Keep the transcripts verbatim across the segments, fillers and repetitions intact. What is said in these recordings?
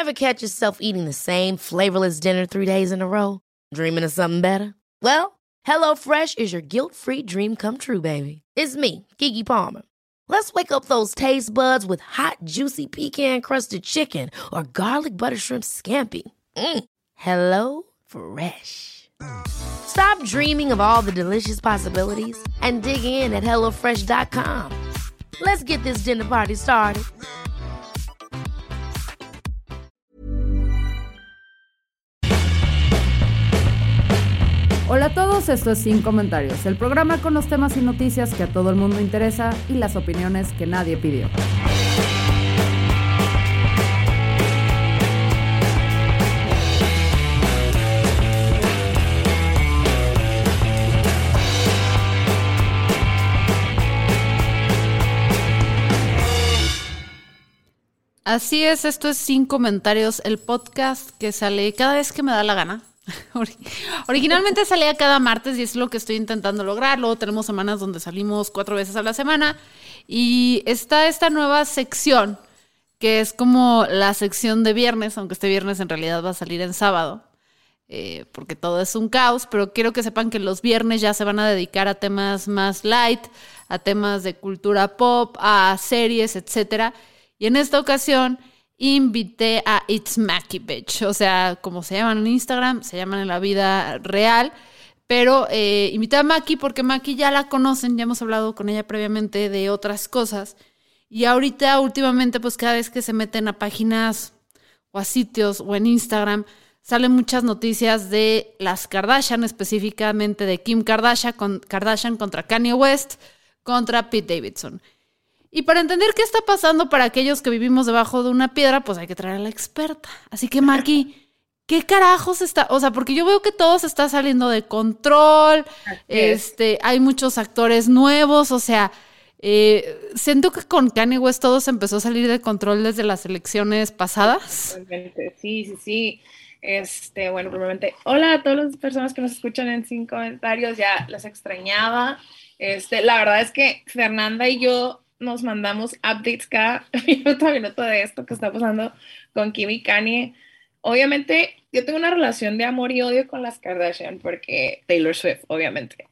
Ever catch yourself eating the same flavorless dinner three days in a row? Dreaming of something better? Well, HelloFresh is your guilt-free dream come true, baby. It's me, Keke Palmer. Let's wake up those taste buds with hot, juicy pecan-crusted chicken or garlic butter shrimp scampi. Mm. Hello Fresh. Stop dreaming of all the delicious possibilities and dig in at hello fresh dot com. Let's get this dinner party started. Hola a todos, esto es Sin Comentarios, el programa con los temas y noticias que a todo el mundo interesa y las opiniones que nadie pidió. Así es, esto es Sin Comentarios, el podcast que sale cada vez que me da la gana. Originalmente salía cada martes y es lo que estoy intentando lograr. Luego tenemos semanas donde salimos cuatro veces a la semana y está esta nueva sección que es como la sección de viernes, aunque este viernes en realidad va a salir en sábado, eh, porque todo es un caos, pero quiero que sepan que los viernes ya se van a dedicar a temas más light, a temas de cultura pop, a series, etcétera. Y en esta ocasión invité a It's Maki Bitch, o sea, como se llaman en Instagram, se llaman en la vida real, pero eh, invité a Maki porque Maki ya la conocen, ya hemos hablado con ella previamente de otras cosas, y ahorita últimamente pues cada vez que se meten a páginas o a sitios o en Instagram, salen muchas noticias de las Kardashian, específicamente de Kim Kardashian, con, Kardashian contra Kanye West, contra Pete Davidson. Y para entender qué está pasando para aquellos que vivimos debajo de una piedra, pues hay que traer a la experta. Así que, Maki, ¿qué carajos está? O sea, porque yo veo que todo se está saliendo de control, este, hay muchos actores nuevos, o sea, eh, siento que con Kanye West todo se empezó a salir de control desde las elecciones pasadas. Sí, sí, sí. Este, bueno, primeramente, hola a todas las personas que nos escuchan en Sin Comentarios, ya las extrañaba. Este, la verdad es que Fernanda y yo nos mandamos updates cada minuto a minuto de esto que está pasando con Kim y Kanye. Obviamente, yo tengo una relación de amor y odio con las Kardashian porque Taylor Swift, obviamente.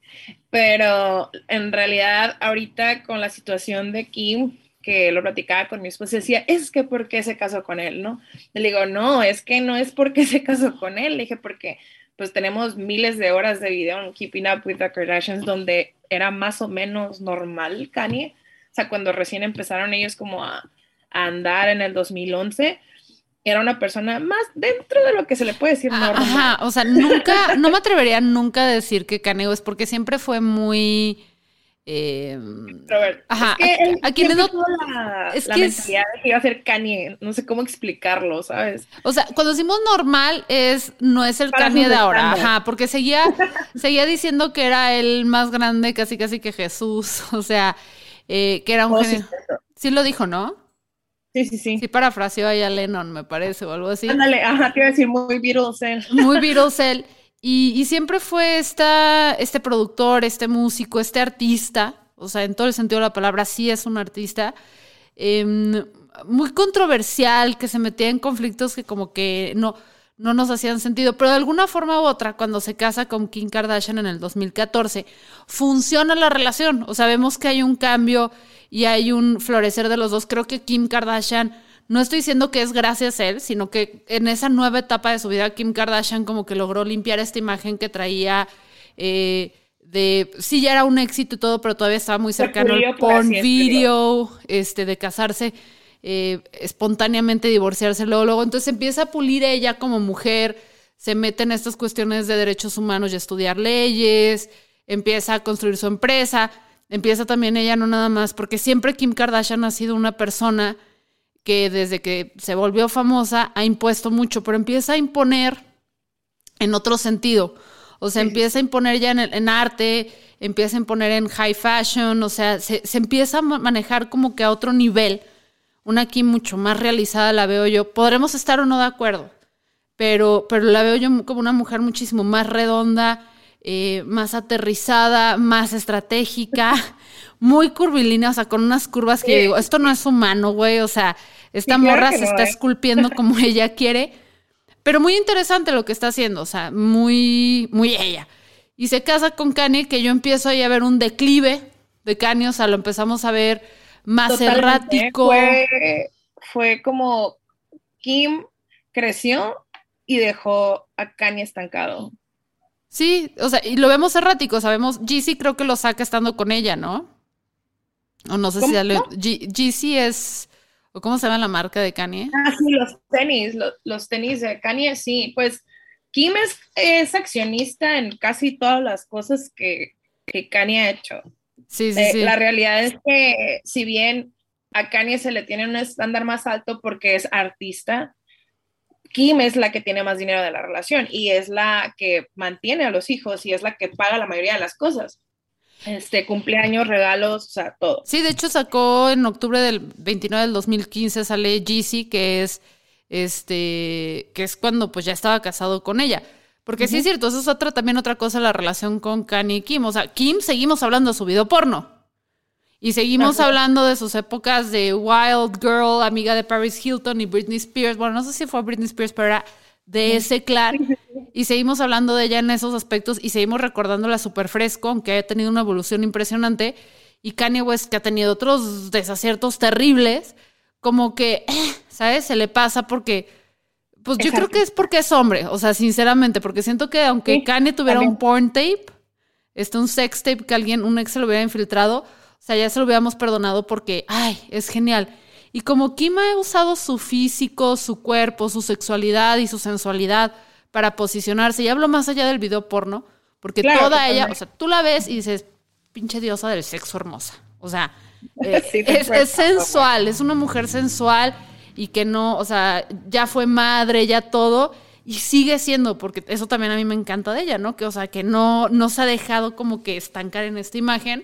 Pero en realidad, ahorita con la situación de Kim, que lo platicaba con mi esposa, decía, es que ¿por qué se casó con él, no? Le digo, no, es que no es porque se casó con él. Le dije, porque pues tenemos miles de horas de video en Keeping Up with the Kardashians donde era más o menos normal Kanye. O sea, cuando recién empezaron ellos como a, a andar en el dos mil once, era una persona más dentro de lo que se le puede decir normal. Ajá, o sea, nunca, no me atrevería nunca a decir que Kanye West, porque siempre fue muy... Eh, Robert, ajá, es que él a, a quienes no... la, es la que mentalidad es, de que iba a ser Kanye, no sé cómo explicarlo, ¿sabes? O sea, cuando decimos normal, es no es el Para Kanye de sus ahora, estándares. ajá, porque seguía, seguía diciendo que era el más grande, casi casi que Jesús, o sea... Eh, que era un Oh, genio. sí, cierto. Sí lo dijo, ¿no? Sí, sí, sí. Sí parafraseó ahí a Lennon, me parece, o algo así. Ándale, ajá, te iba a decir muy Beatles él. Muy Beatles él. Y, y siempre fue esta, este productor, este músico, este artista, o sea, en todo el sentido de la palabra, sí es un artista, eh, muy controversial, que se metía en conflictos que como que no... no nos hacían sentido, pero de alguna forma u otra, cuando se casa con Kim Kardashian en el dos mil catorce, funciona la relación, o sea, vemos que hay un cambio y hay un florecer de los dos. Creo que Kim Kardashian, no estoy diciendo que es gracias a él, sino que en esa nueva etapa de su vida, Kim Kardashian como que logró limpiar esta imagen que traía eh, de, sí, ya era un éxito y todo, pero todavía estaba muy cercano al porn video, este, de casarse, Eh, espontáneamente divorciarse luego, luego, entonces empieza a pulir ella como mujer, se mete en estas cuestiones de derechos humanos y a estudiar leyes, empieza a construir su empresa, empieza también ella no nada más, porque siempre Kim Kardashian ha sido una persona que desde que se volvió famosa ha impuesto mucho, pero empieza a imponer en otro sentido, o sea, sí. empieza a imponer ya en, el, en arte, empieza a imponer en high fashion, o sea, se, se empieza a manejar como que a otro nivel. Una Kim mucho más realizada la veo yo. Podremos estar o no de acuerdo, pero, pero la veo yo como una mujer muchísimo más redonda, eh, más aterrizada, más estratégica, muy curvilínea, o sea, con unas curvas que sí. yo digo, esto no es humano, güey, o sea, esta Sí, claro morra que se no, está ¿eh? esculpiendo como ella quiere, pero muy interesante lo que está haciendo, o sea, muy, muy ella. Y se casa con Kanye, que yo empiezo ahí a ver un declive de Kanye, o sea, lo empezamos a ver más Totalmente, ¿eh? errático. Fue, fue como Kim creció y dejó a Kanye estancado. Sí, o sea, y lo vemos errático, sabemos, Jeezy creo que lo saca estando con ella, ¿no? O no sé si ¿Cómo? ya le... G- Yeezy es... ¿O cómo se llama la marca de Kanye? Ah, sí, los tenis, los, los tenis de Kanye, sí, pues Kim es, es accionista en casi todas las cosas que, que Kanye ha hecho. Sí, sí, Eh, la sí. realidad es que si bien a Kanye se le tiene un estándar más alto porque es artista, Kim es la que tiene más dinero de la relación y es la que mantiene a los hijos y es la que paga la mayoría de las cosas. Este, cumpleaños, regalos, o sea, todo. Sí, de hecho sacó en octubre del veintinueve del dos mil quince sale Jeezy, que es este, que es cuando pues ya estaba casado con ella. Porque sí es Uh-huh. cierto, eso es otra, también otra cosa la relación con Kanye y Kim. O sea, Kim seguimos hablando de su video porno. Y seguimos Así es. hablando de sus épocas de Wild Girl, amiga de Paris Hilton y Britney Spears. Bueno, no sé si fue Britney Spears, pero era de ese clan. Y seguimos hablando de ella en esos aspectos y seguimos recordándola súper fresco, aunque haya tenido una evolución impresionante. Y Kanye West, que ha tenido otros desaciertos terribles, como que, eh, ¿sabes? Se le pasa porque, pues yo creo Exacto. que es porque es hombre, o sea, sinceramente, porque siento que aunque Sí, Kanye tuviera un también. porn tape, este, un sex tape que alguien, un ex se lo hubiera infiltrado, o sea, ya se lo hubiéramos perdonado porque, ay, es genial. Y como Kim ha usado su físico, su cuerpo, su sexualidad y su sensualidad para posicionarse, y hablo más allá del video porno, porque Claro, toda ella, o totalmente. sea, tú la ves y dices, pinche diosa del sexo hermosa. O sea, eh, Sí, te es, es entiendo, güey. sensual, es una mujer sensual y que no, o sea, ya fue madre, ya todo, y sigue siendo, porque eso también a mí me encanta de ella, ¿no? Que, o sea, que no, no se ha dejado como que estancar en esta imagen.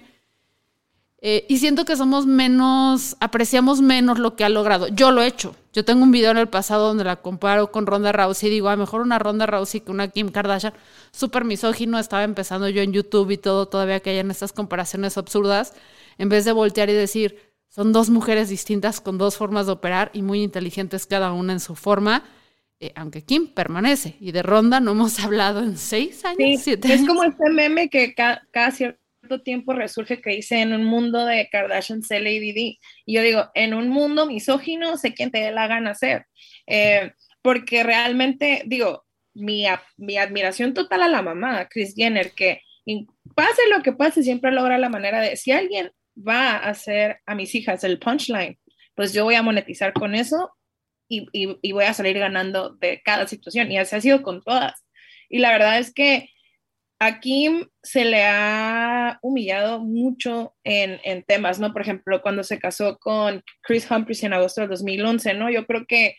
Eh, y siento que somos menos, apreciamos menos lo que ha logrado. Yo lo he hecho. Yo tengo un video en el pasado donde la comparo con Ronda Rousey y digo, a mejor una Ronda Rousey que una Kim Kardashian. Súper misógino, estaba empezando yo en YouTube y todo, todavía que hayan estas comparaciones absurdas. En vez de voltear y decir, son dos mujeres distintas con dos formas de operar y muy inteligentes cada una en su forma. Eh, aunque Kim permanece. Y de Ronda no hemos hablado en seis años, Sí, siete es años. como este meme que ca- cada cierto tiempo resurge que dice en un mundo de Kardashian sé Lady D. Y yo digo, en un mundo misógino sé quién te dé la gana ser. Eh, porque realmente, digo, mi, a- mi admiración total a la mamá, a Kris Jenner, que in- pase lo que pase, siempre logra la manera de, si alguien va a hacer a mis hijas el punchline, pues yo voy a monetizar con eso y, y, y voy a salir ganando de cada situación. Y así ha sido con todas. Y la verdad es que a Kim se le ha humillado mucho en, en temas, ¿no? Por ejemplo, cuando se casó con Chris Humphries en agosto del dos mil once, ¿no? Yo creo que,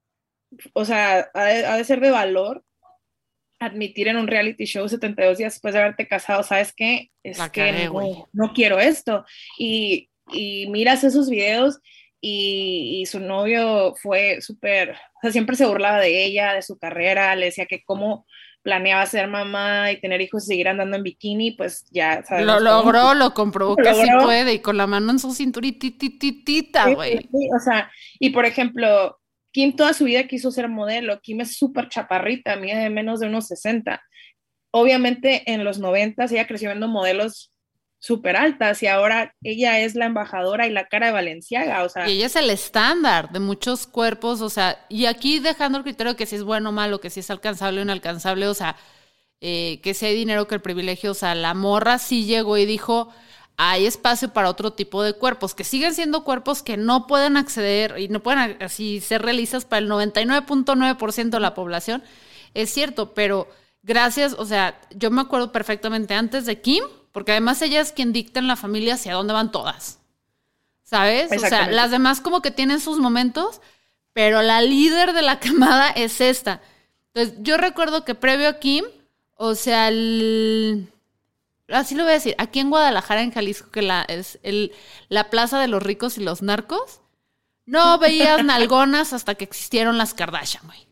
o sea, ha de, ha de ser de valor admitir en un reality show setenta y dos días después de haberte casado, ¿sabes qué? Es La que cagué, güey. no, no quiero esto. Y, y miras esos videos y, y su novio fue súper, o sea, siempre se burlaba de ella, de su carrera, le decía que cómo planeaba ser mamá y tener hijos y seguir andando en bikini, pues ya Lo sabemos cómo logró, lo comprobó lo que sí logró. puede y con la mano en su cinturitititita, Sí, sí, güey. sí, o sea, y por ejemplo, Kim toda su vida quiso ser modelo. Kim es súper chaparrita, mide de menos de unos sesenta. Obviamente en los noventas ella creció viendo modelos súper altas y ahora ella es la embajadora y la cara de Valenciaga, o Y sea, ella es el estándar de muchos cuerpos, o sea, y aquí dejando el criterio que si es bueno o malo, que si es alcanzable o inalcanzable, o sea, eh, que si hay dinero, que el privilegio, o sea, la morra sí llegó y dijo, hay espacio para otro tipo de cuerpos, que siguen siendo cuerpos que no pueden acceder y no pueden así ser realistas para el noventa y nueve punto nueve por ciento de la población, es cierto, pero gracias, o sea, yo me acuerdo perfectamente antes de Kim, porque además ella es quien dicta en la familia hacia dónde van todas. ¿Sabes? O sea, exactamente. las demás como que tienen sus momentos, pero la líder de la camada es esta. Entonces, yo recuerdo que previo a Kim, o sea, el, así lo voy a decir, aquí en Guadalajara, en Jalisco, que la, es el, la plaza de los ricos y los narcos, no veías nalgonas hasta que existieron las Kardashian, güey.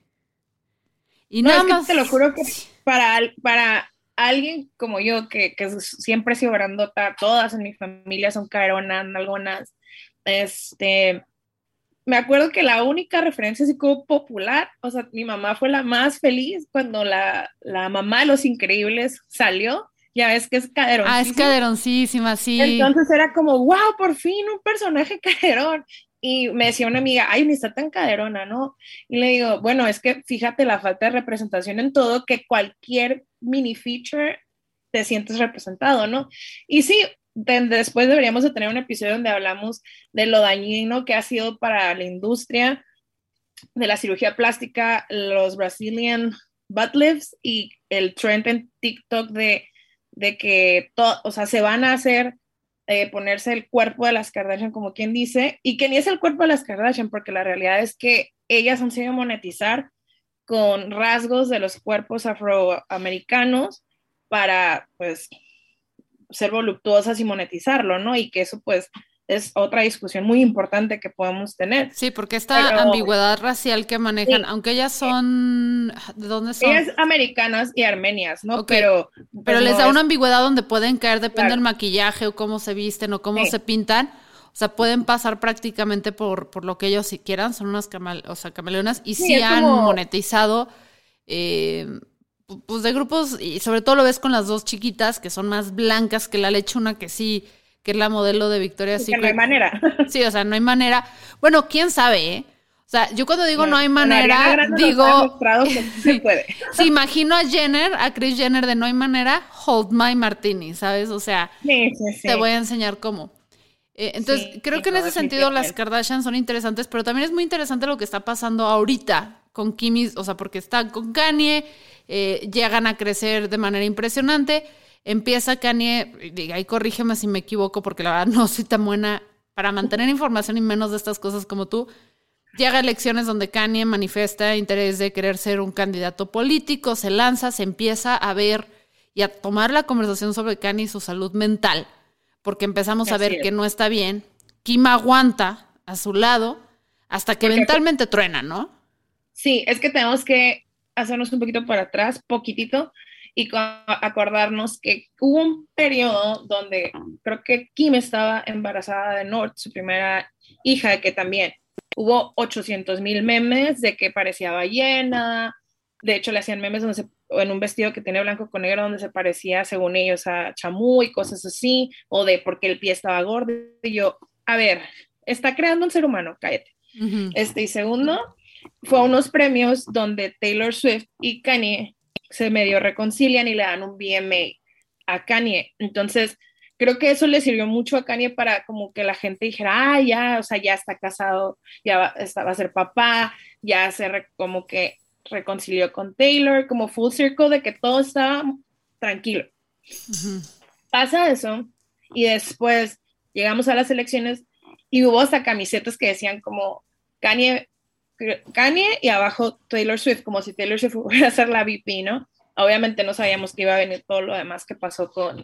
Y No, nada es que te lo más, juro que para, para alguien como yo, que, que siempre he sido grandota, todas en mi familia son caronas, nalgonas, este, me acuerdo que la única referencia así como popular, o sea, mi mamá fue la más feliz cuando la, la mamá de Los Increíbles salió, ya ves que es Ah, es caderoncísima. caderoncísima, sí. Entonces era como, wow, por fin un personaje caderón. Y me decía una amiga, ay, ni está tan caderona, ¿no? Y le digo, bueno, es que fíjate la falta de representación en todo, que cualquier mini feature te sientes representado, ¿no? Y sí, de, después deberíamos de tener un episodio donde hablamos de lo dañino que ha sido para la industria de la cirugía plástica, los Brazilian butt lifts y el trend en TikTok de, de que, to, o sea, se van a hacer eh, ponerse el cuerpo de las Kardashian, como quien dice, y que ni es el cuerpo de las Kardashian, porque la realidad es que ellas han sido monetizar con rasgos de los cuerpos afroamericanos para, pues, ser voluptuosas y monetizarlo, ¿no? Y que eso, pues, es otra discusión muy importante que podemos tener. Sí, porque esta Pero, ambigüedad racial que manejan, sí, aunque ellas son, ¿de dónde son? ellas americanas y armenias, ¿no? Okay. Pero, pues pero les no da es... una ambigüedad donde pueden caer, depende Claro. del maquillaje o cómo se visten o cómo Sí. se pintan. O sea, pueden pasar prácticamente por, por lo que ellos si quieran, son unas camal, o sea, camaleonas y sí, Sí, es han como... monetizado eh, pues de grupos, y sobre todo lo ves con las dos chiquitas que son más blancas que la leche, una que sí, que es la modelo de Victoria's que no hay Secret. manera. Sí, o sea, no hay manera. Bueno, quién sabe, ¿eh? O sea, yo cuando digo no, no hay Bueno, Ariana manera, Grande nos digo... ha demostrado que sí se puede. Sí, imagino a Jenner, a Kris Jenner de no hay manera, hold my martini, ¿sabes? O sea, Sí, sí, sí. te voy a enseñar cómo. Eh, entonces, Sí, creo que en no, ese sentido las definitivamente. Kardashian son interesantes, pero también es muy interesante lo que está pasando ahorita con Kim, o sea, porque están con Kanye, eh, llegan a crecer de manera impresionante, empieza Kanye, diga, y corrígeme si me equivoco, porque la verdad no soy tan buena para mantener información y menos de estas cosas como tú. Llega a elecciones donde Kanye manifiesta interés de querer ser un candidato político, se lanza, se empieza a ver y a tomar la conversación sobre Kanye y su salud mental, porque empezamos a Así ver es. que no está bien. Kim aguanta a su lado hasta que Porque- eventualmente truena, ¿no? Sí, es que tenemos que hacernos un poquito para atrás, poquitito, y co- acordarnos que hubo un periodo donde creo que Kim estaba embarazada de North, su primera hija, que también hubo ochocientos mil memes de que parecía ballena. De hecho, le hacían memes donde se, en un vestido que tenía blanco con negro donde se parecía, según ellos, a Chamú y cosas así, o de porque el pie estaba gordo. Y yo, a ver, está creando un ser humano, cállate. Uh-huh. Este, y segundo, fue a unos premios donde Taylor Swift y Kanye se medio reconcilian y le dan un V M A a Kanye. Entonces, creo que eso le sirvió mucho a Kanye para como que la gente dijera, ah, ya, o sea, ya está casado, ya va, está, va a ser papá, ya se re, como que reconcilió con Taylor, como full circle de que todo estaba tranquilo. Uh-huh. Pasa eso y después llegamos a las elecciones y hubo hasta camisetas que decían como Kanye, Kanye y abajo Taylor Swift, como si Taylor Swift fuera a ser la V P, ¿no? Obviamente no sabíamos que iba a venir todo lo demás que pasó con,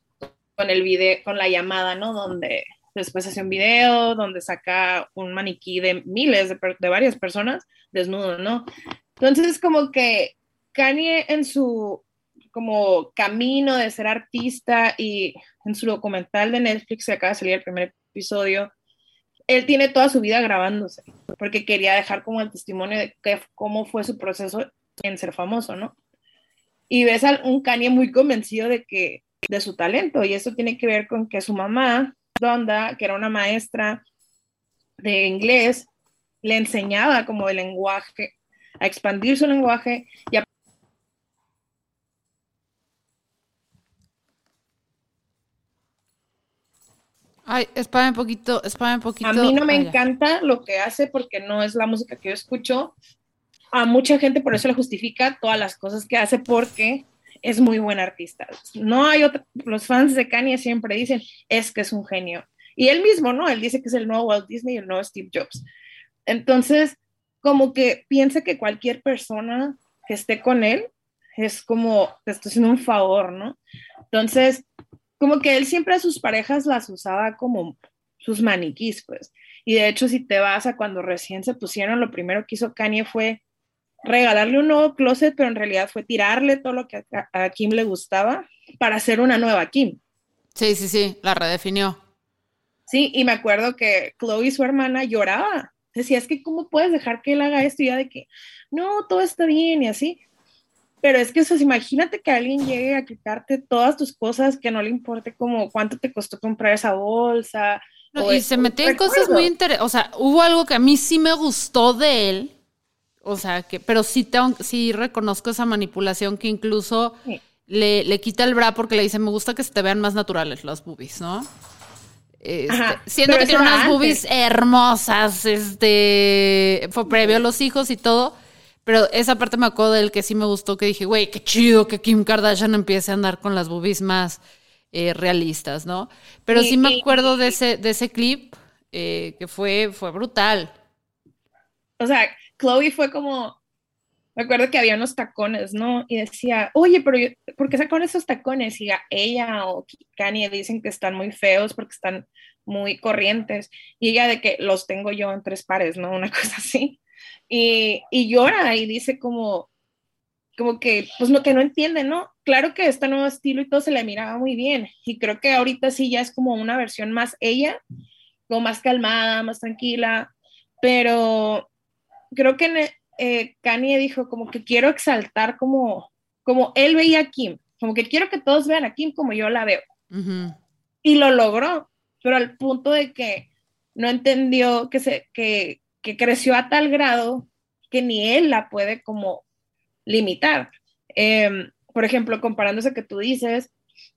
con el video, con la llamada, ¿no? Donde después hace un video, donde saca un maniquí de miles, de, de varias personas desnudo, ¿no? Entonces como que Kanye en su como camino de ser artista y en su documental de Netflix que acaba de salir el primer episodio, él tiene toda su vida grabándose, porque quería dejar como el testimonio de que, cómo fue su proceso en ser famoso, ¿no? Y ves a un Kanye muy convencido de que de su talento, y eso tiene que ver con que su mamá, Donda, que era una maestra de inglés, le enseñaba como el lenguaje, a expandir su lenguaje y a Ay, espérame un poquito, espérame un poquito. A mí no me Ay, encanta lo que hace porque no es la música que yo escucho. A mucha gente por eso le justifica todas las cosas que hace porque es muy buen artista. No hay otra, los fans de Kanye siempre dicen, es que es un genio. Y él mismo, ¿no? Él dice que es el nuevo Walt Disney y el nuevo Steve Jobs. Entonces, como que piensa que cualquier persona que esté con él es como, te estoy haciendo un favor, ¿no? Entonces, como que él siempre a sus parejas las usaba como sus maniquís, pues. Y de hecho, si te vas a cuando recién se pusieron, lo primero que hizo Kanye fue regalarle un nuevo closet, pero en realidad fue tirarle todo lo que a, a Kim le gustaba para hacer una nueva Kim. Sí, sí, sí, la redefinió. Sí, y me acuerdo que Chloe, su hermana, lloraba decía, es que ¿cómo puedes dejar que él haga esto? Y ya de que, no, todo está bien y así. Pero es que eso, imagínate que alguien llegue a quitarte todas tus cosas, que no le importe como cuánto te costó comprar esa bolsa. No, o y es, se o metió en cosas muy recuerdo. interesantes. O sea, hubo algo que a mí sí me gustó de él. O sea, que, pero sí, tengo, sí reconozco esa manipulación que incluso Sí. le, le quita el bra porque le dice, me gusta que se te vean más naturales las boobies, ¿no? Este, Ajá, siendo pero que eso tiene era unas antes. boobies hermosas, este, fue previo a los hijos y todo, pero esa parte me acuerdo del que sí me gustó, que dije, güey, qué chido que Kim Kardashian empiece a andar con las boobies más eh, realistas, ¿no? Pero sí Y, me acuerdo de y, ese, de ese clip eh, que fue, fue brutal. o sea, Chloe fue como, me acuerdo que había unos tacones, ¿no? Y decía, oye, pero yo, ¿por qué sacaron esos tacones? Y a ella o Kanye dicen que están muy feos porque están muy corrientes. Y ella de que los tengo yo en tres pares, ¿no? Una cosa así. Y, y llora y dice como, como que, pues lo que no entiende, ¿no? Claro que este nuevo estilo y todo se le miraba muy bien. Y creo que ahorita sí ya es como una versión más ella, como más calmada, más tranquila. Pero creo que eh, Kanye dijo como que quiero exaltar como, como él veía a Kim, como que quiero que todos vean a Kim como yo la veo. Ujú. Y lo logró, pero al punto de que no entendió que, se, que, que creció a tal grado que ni él la puede como limitar. Eh, por ejemplo, comparándose que tú dices,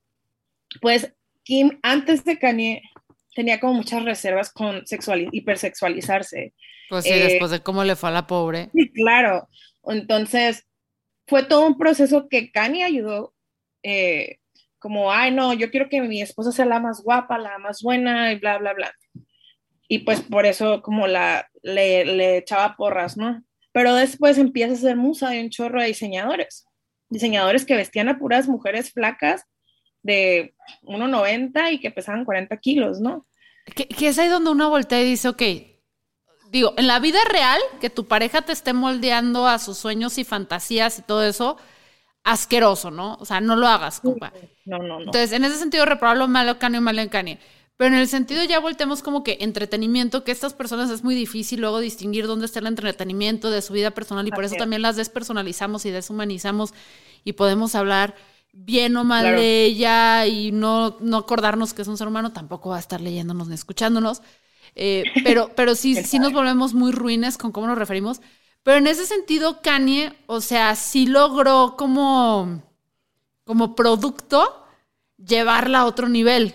pues Kim antes de Kanye tenía como muchas reservas con sexual, hipersexualizarse. Pues sí, Eh, después de cómo le fue a la pobre. sí, claro. Entonces, fue todo un proceso que Kanye ayudó, eh, como, ay, no, yo quiero que mi esposa sea la más guapa, la más buena, y bla, bla, bla. Y pues por eso como la, le, le echaba porras, ¿no? Pero después empieza a ser musa de un chorro de diseñadores, diseñadores que vestían a puras mujeres flacas de uno noventa y que pesaban cuarenta kilos, ¿no? Que, que es ahí donde uno voltea y dice, ok, digo, en la vida real, que tu pareja te esté moldeando a sus sueños y fantasías y todo eso, asqueroso, ¿no? O sea, no lo hagas, compa. No, no, no. Entonces, en ese sentido, reprobarlo malo Kanye, malo en Kanye. Pero en el sentido ya voltemos como que entretenimiento, que estas personas es muy difícil luego distinguir dónde está el entretenimiento de su vida personal y por eso Así es, también las despersonalizamos y deshumanizamos y podemos hablar bien o mal claro. de ella y no, no acordarnos que es un ser humano, tampoco va a estar leyéndonos ni escuchándonos. Eh, pero, pero sí, sí nos volvemos muy ruines con cómo nos referimos. Pero en ese sentido, Kanye, o sea, sí logró como, como producto llevarla a otro nivel.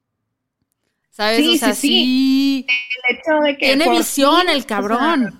¿Sabes? O Sí, sea, sí, sí. sí El hecho de que tiene por visión fin, el o sea, cabrón.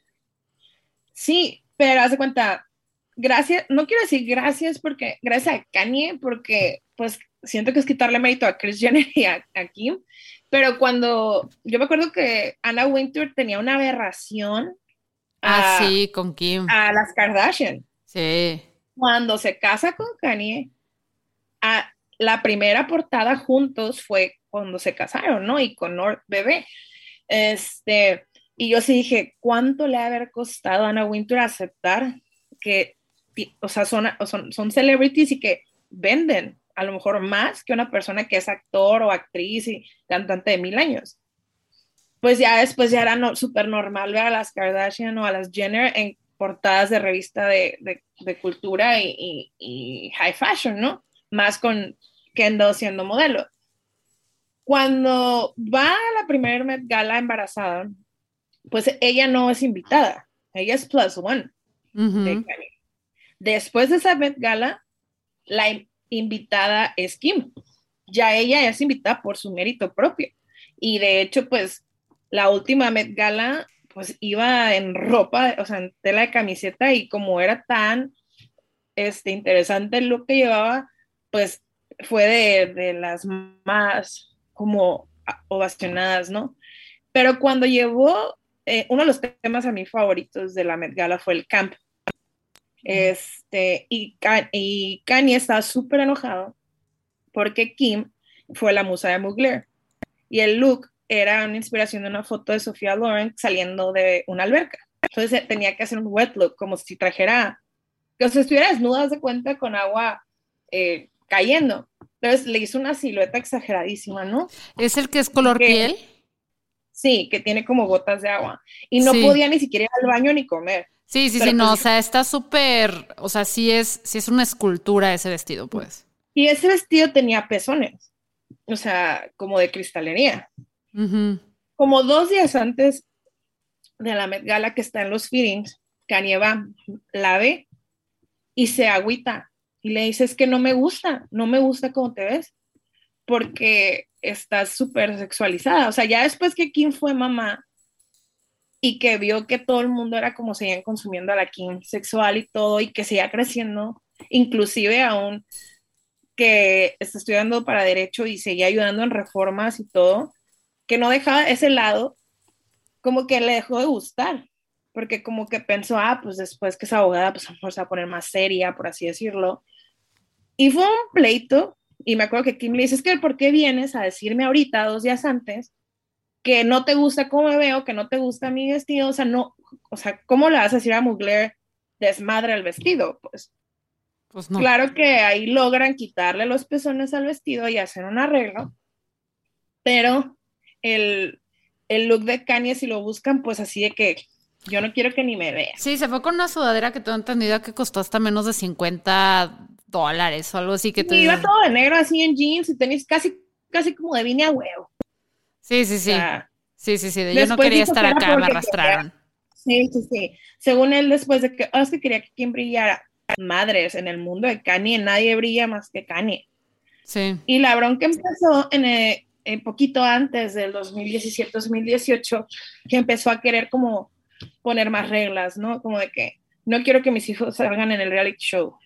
sí, pero haz de cuenta, gracias, no quiero decir gracias porque, gracias a Kanye, porque pues siento que es quitarle mérito a Kris Jenner y a, a Kim, pero cuando, yo me acuerdo que Anna Wintour tenía una aberración Ah, a, sí, con Kim. a las Kardashian. Sí. Cuando se casa con Kanye, a, la primera portada juntos fue cuando se casaron, ¿no? Y con North Bebé. Este, y yo sí dije, ¿cuánto le ha haber costado a Anna Wintour aceptar que, o sea, son, son, son celebrities y que venden a lo mejor más que una persona que es actor o actriz y cantante de mil años? Pues ya después ya era no, súper normal ver a las Kardashian o a las Jenner en portadas de revista de, de, de cultura y, y, y high fashion, ¿no? Más con Kendall siendo modelo. Cuando va a la primera Met Gala embarazada, pues ella no es invitada, ella es plus one de Uh-huh. Kanye. Después de esa Met Gala, la invitada es Kim. Ya ella es invitada por su mérito propio. Y de hecho, pues la última Met Gala, pues iba en ropa, o sea, en tela de camiseta y como era tan este, interesante el look que llevaba, pues fue de, de las más como ovacionadas, ¿no? Pero cuando llevó, eh, uno de los temas a mí favoritos de la Met Gala fue el camp. Este, y, y Kanye estaba súper enojado porque Kim fue la musa de Mugler. Y el look era una inspiración de una foto de Sofía Loren saliendo de una alberca. Entonces tenía que hacer un wet look, como si trajera, que o sea, estuviera desnuda, de cuenta, con agua eh, cayendo. Entonces le hizo una silueta exageradísima, ¿no? ¿Es el que es color Que piel? Sí, que tiene como gotas de agua. Y no Sí. podía ni siquiera ir al baño ni comer. Sí, sí, Pero sí, no, pues, o sea, está súper, o sea, sí es, sí es una escultura ese vestido, pues. y ese vestido tenía pezones, o sea, como de cristalería. Ujú. Como dos días antes de la Met Gala que está en los fittings, Kanye va, la ve y se agüita. Y le dice, es que no me gusta, no me gusta cómo te ves, porque estás súper sexualizada. O sea, ya después que Kim fue mamá y que vio que todo el mundo era como seguían consumiendo a la Kim sexual y todo, y que seguía creciendo, inclusive aún que está estudiando para derecho y seguía ayudando en reformas y todo, que no dejaba ese lado, como que le dejó de gustar, porque como que pensó, ah, pues después que es abogada, pues a lo mejor se va a poner más seria, por así decirlo. Y fue un pleito, y me acuerdo que Kim le dice, es que ¿por qué vienes a decirme ahorita, dos días antes, que no te gusta cómo me veo, que no te gusta mi vestido? O sea, no, o sea, ¿cómo le vas a decir a Mugler desmadre el vestido? Pues Pues no. claro que ahí logran quitarle los pezones al vestido y hacer un arreglo, pero el, el look de Kanye, si lo buscan, pues así de que yo no quiero que ni me veas. Sí, se fue con una sudadera que tengo entendido que costó hasta menos de cincuenta dólares o algo así que tú Y iba dices. todo de negro así en jeans y tenis casi, casi como de vine a huevo. Sí, sí, O sí. sea, Sí, sí, sí. De yo no después quería dijo estar que era acá, me porque quería, arrastraron. sí, sí, sí. Según él, después de que, oh, es que quería que Kim brillara. Madres, en el mundo de Kanye nadie brilla más que Kanye. Sí. Y la bronca empezó en, el, en poquito antes del dos mil diecisiete dos mil dieciocho, que empezó a querer como poner más reglas, ¿no? Como de que no quiero que mis hijos salgan en el reality show.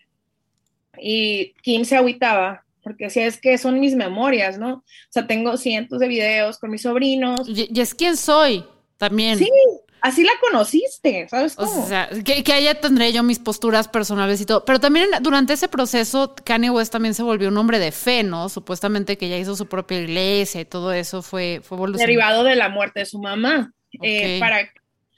Y Kim se agüitaba, porque decía, es que son mis memorias, ¿no? O sea, tengo cientos de videos con mis sobrinos. Y, y es quién soy Sí, también. así la conociste, ¿sabes O cómo? sea, que, que allá tendré yo mis posturas personales y todo. Pero también en- durante ese proceso, Kanye West también se volvió un hombre de fe, ¿no? Supuestamente que ya hizo su propia iglesia y todo eso fue, fue evolucionando. Derivado de la muerte de su mamá. Ok. Eh, para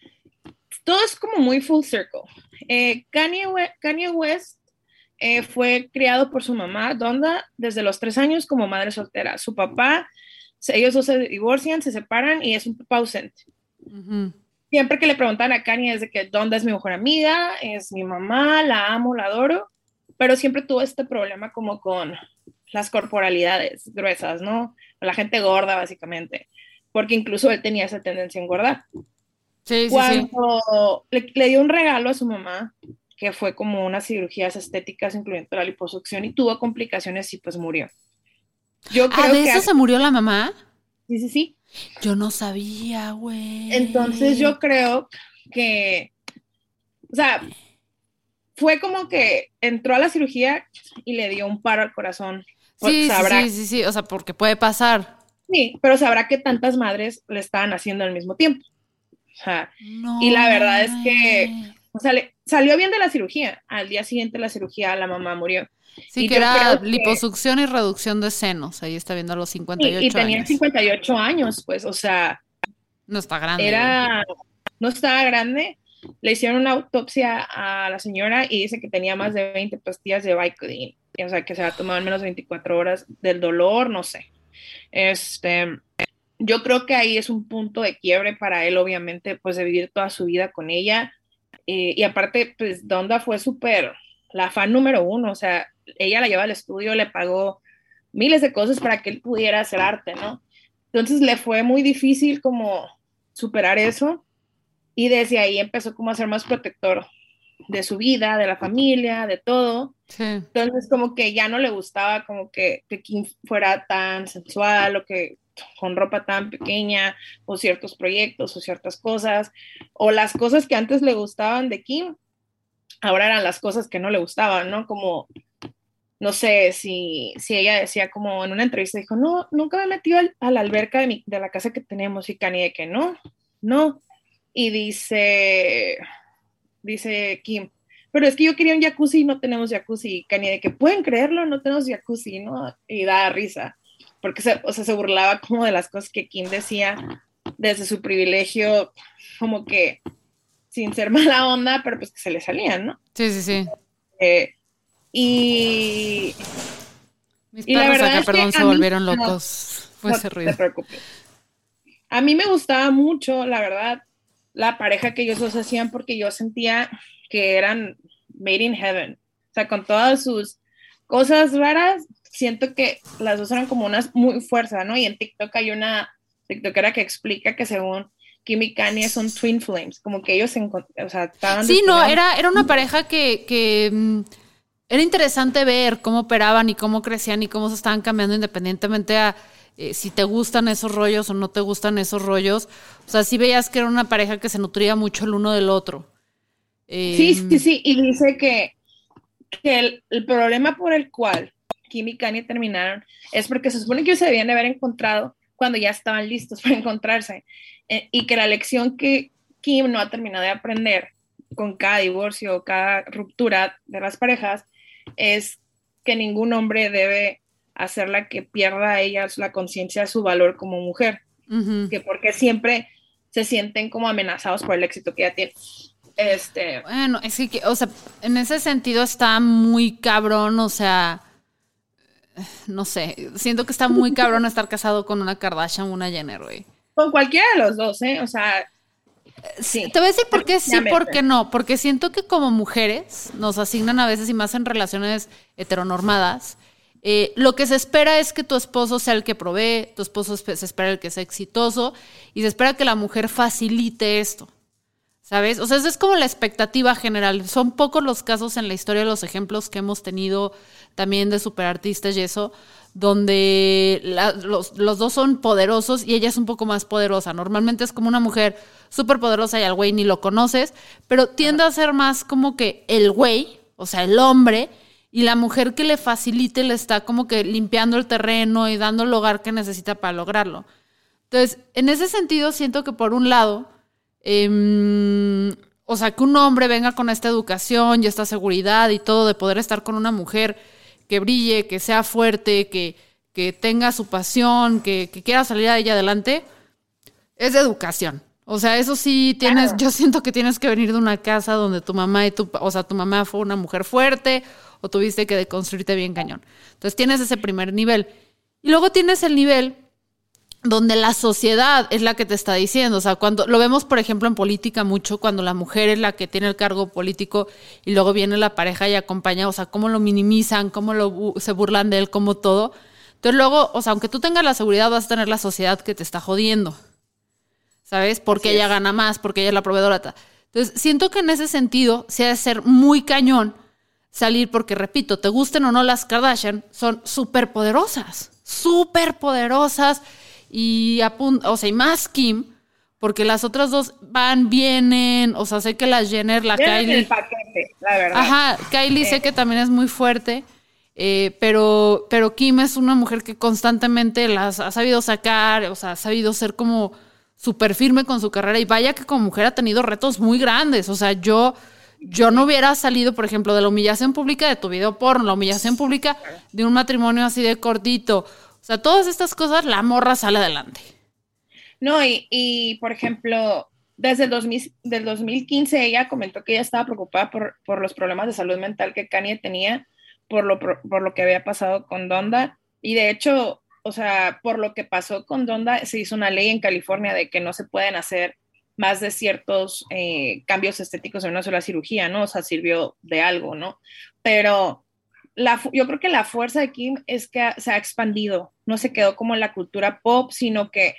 todo es como muy full circle. Eh, Kanye, We Kanye West eh, fue criado por su mamá, Donda, desde los tres años como madre soltera. Su papá, ellos dos se divorcian, se separan y es un papá ausente. Ujú. Siempre que le preguntan a Kanye es de que Donda es mi mejor amiga, es mi mamá, la amo, la adoro, pero siempre tuvo este problema como con las corporalidades gruesas, ¿no? La gente gorda, básicamente, porque incluso él tenía esa tendencia a engordar. Sí, sí, sí. Cuando le, le dio un regalo a su mamá, que fue como unas cirugías estéticas, incluyendo la liposucción, y tuvo complicaciones y pues murió. Yo Ah, creo ¿de que... eso se murió la mamá? Sí, sí, sí. Yo no sabía, Entonces güey. yo creo que, o sea, fue como que entró a la cirugía y le dio un paro al corazón. Pues Sí, sí, sabrá, sí, sí, sí. O sea, porque puede pasar. sí, pero sabrá que tantas madres le estaban haciendo al mismo tiempo. O sea, y No la verdad es que, mames. o sea, le, salió bien de la cirugía. Al día siguiente de la cirugía la mamá murió. Sí, Y que yo era creo que, liposucción y reducción de senos. Ahí está viendo a los cincuenta y y, y ocho tenía años. cincuenta y ocho años, pues, o sea, No está grande, güey. era, no estaba grande. Le hicieron una autopsia a la señora y dice que tenía más de veinte pastillas de Vicodin. O sea, que se ha tomado en menos de veinticuatro horas del dolor, no sé. Este, yo creo que ahí es un punto de quiebre para él, obviamente, pues de vivir toda su vida con ella. Eh, y aparte, pues Donda fue súper la fan número uno, o sea, ella la lleva al estudio, le pagó miles de cosas para que él pudiera hacer arte, ¿no? Entonces le fue muy difícil como superar eso y desde ahí empezó como a ser más protector de su vida, de la familia, de todo. Sí. Entonces como que ya no le gustaba como que, que Kim fuera tan sensual o que con ropa tan pequeña o ciertos proyectos o ciertas cosas o las cosas que antes le gustaban de Kim, ahora eran las cosas que no le gustaban, ¿no? Como, no sé, si, si ella decía como en una entrevista, dijo, no, nunca me he metido al, a la alberca de, mi, de la casa que tenemos y Kanye de que no, no. Y dice, dice Kim, pero es que yo quería un jacuzzi y no tenemos jacuzzi. Y Kanye de que pueden creerlo, no tenemos jacuzzi, ¿no? Y da risa, porque se, o sea, se burlaba como de las cosas que Kim decía desde su privilegio, como que sin ser mala onda, pero pues que se le salían, ¿no? Sí, sí, sí. Eh, y, Mis y la perros verdad acá, es que perdón, se a mí volvieron no, locos. Fue no ese te ruido. preocupes. A mí me gustaba mucho, la verdad, la pareja que ellos dos hacían porque yo sentía que eran made in heaven. O sea, con todas sus cosas raras, siento que las dos eran como unas muy fuerza, ¿no? Y en TikTok hay una TikTokera que explica que según Kim y Kanye son twin flames, como que ellos se o sea, estaban... Sí, no, era, era una pareja que, que mm, era interesante ver cómo operaban y cómo crecían y cómo se estaban cambiando independientemente a eh, si te gustan esos rollos o no te gustan esos rollos. O sea, sí veías que era una pareja que se nutría mucho el uno del otro. Eh, sí, sí, sí, y dice que, que el, el problema por el cual Kim y Kanye terminaron es porque se supone que ellos se debían de haber encontrado cuando ya estaban listos para encontrarse, eh, y que la lección que Kim no ha terminado de aprender con cada divorcio, cada ruptura de las parejas, es que ningún hombre debe hacerla que pierda a ella la conciencia de su valor como mujer, uh-huh. que porque siempre se sienten como amenazados por el éxito que ella tiene. Este... Bueno, es que, o sea, en ese sentido está muy cabrón, o sea, no sé, siento que está muy cabrón estar casado con una Kardashian o una Jenner, güey. Con cualquiera de los dos, ¿eh? O sea, sí. Te voy a decir por qué sí, por qué no. Porque siento que como mujeres nos asignan a veces, y más en relaciones heteronormadas, eh, lo que se espera es que tu esposo sea el que provee, tu esposo se espera el que sea exitoso, y se espera que la mujer facilite esto, ¿sabes? O sea, esa es como la expectativa general. Son pocos los casos en la historia, los ejemplos que hemos tenido también de superartistas y eso, donde la, los, los dos son poderosos y ella es un poco más poderosa. Normalmente es como una mujer súper poderosa y al güey ni lo conoces, pero tiende a ser más como que el güey, o sea, el hombre, y la mujer que le facilite le está como que limpiando el terreno y dando el hogar que necesita para lograrlo. Entonces, en ese sentido, siento que por un lado, eh, o sea, que un hombre venga con esta educación y esta seguridad y todo de poder estar con una mujer que brille, que sea fuerte, que, que tenga su pasión, que, que quiera salir a ella adelante, es de educación. O sea, eso sí tienes, claro. Yo siento que tienes que venir de una casa donde tu mamá y tu, o sea, tu mamá fue una mujer fuerte o tuviste que deconstruirte bien cañón. Entonces tienes ese primer nivel. Y luego tienes el nivel donde la sociedad es la que te está diciendo. O sea, cuando lo vemos, por ejemplo, en política mucho, cuando la mujer es la que tiene el cargo político y luego viene la pareja y acompaña, o sea, cómo lo minimizan, cómo lo, se burlan de él, cómo todo. Entonces luego, o sea, aunque tú tengas la seguridad, vas a tener la sociedad que te está jodiendo, ¿sabes? Porque ella gana más, porque ella es la proveedora. Entonces, siento que en ese sentido se ha de ser muy cañón salir, porque, repito, te gusten o no las Kardashian, son súper poderosas, súper poderosas. Y apun- o sea, y más Kim, porque las otras dos van, vienen, o sea, sé que la Jenner, la Vienen Kylie. el paquete, la verdad. Ajá, Kylie eh. sé que también es muy fuerte, eh, pero, pero Kim es una mujer que constantemente las ha sabido sacar, o sea, ha sabido ser como súper firme con su carrera, y vaya que como mujer ha tenido retos muy grandes. O sea, yo, yo no hubiera salido, por ejemplo, de la humillación pública de tu video porno, la humillación pública de un matrimonio así de cortito. O sea, todas estas cosas, la morra sale adelante. No, y, y por ejemplo, desde el dos mil, del dos mil quince ella comentó que ella estaba preocupada por, por los problemas de salud mental que Kanye tenía, por lo, por lo que había pasado con Donda. Y de hecho, o sea, por lo que pasó con Donda, se hizo una ley en California de que no se pueden hacer más de ciertos eh, cambios estéticos en una sola cirugía, ¿no? O sea, sirvió de algo, ¿no? Pero... La, yo creo que la fuerza de Kim es que se ha expandido, no se quedó como en la cultura pop, sino que,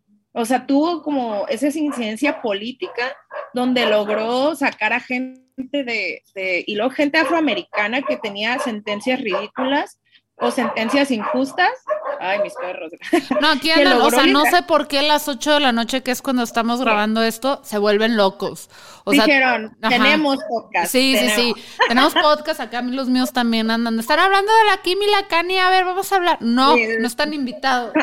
o sea, tuvo como esa incidencia política donde logró sacar a gente de, de, y luego gente afroamericana que tenía sentencias ridículas o sentencias injustas. Ay, mis perros. No, aquí andan, o sea, no sé por qué a las ocho de la noche, que es cuando estamos grabando esto, se vuelven locos. O Dijeron, sea, tenemos podcast. Sí, tenemos. sí, sí. Tenemos podcast, acá los míos también andan. Están hablando de la Kim y la Kanye, a ver, vamos a hablar. No, sí. No están invitados.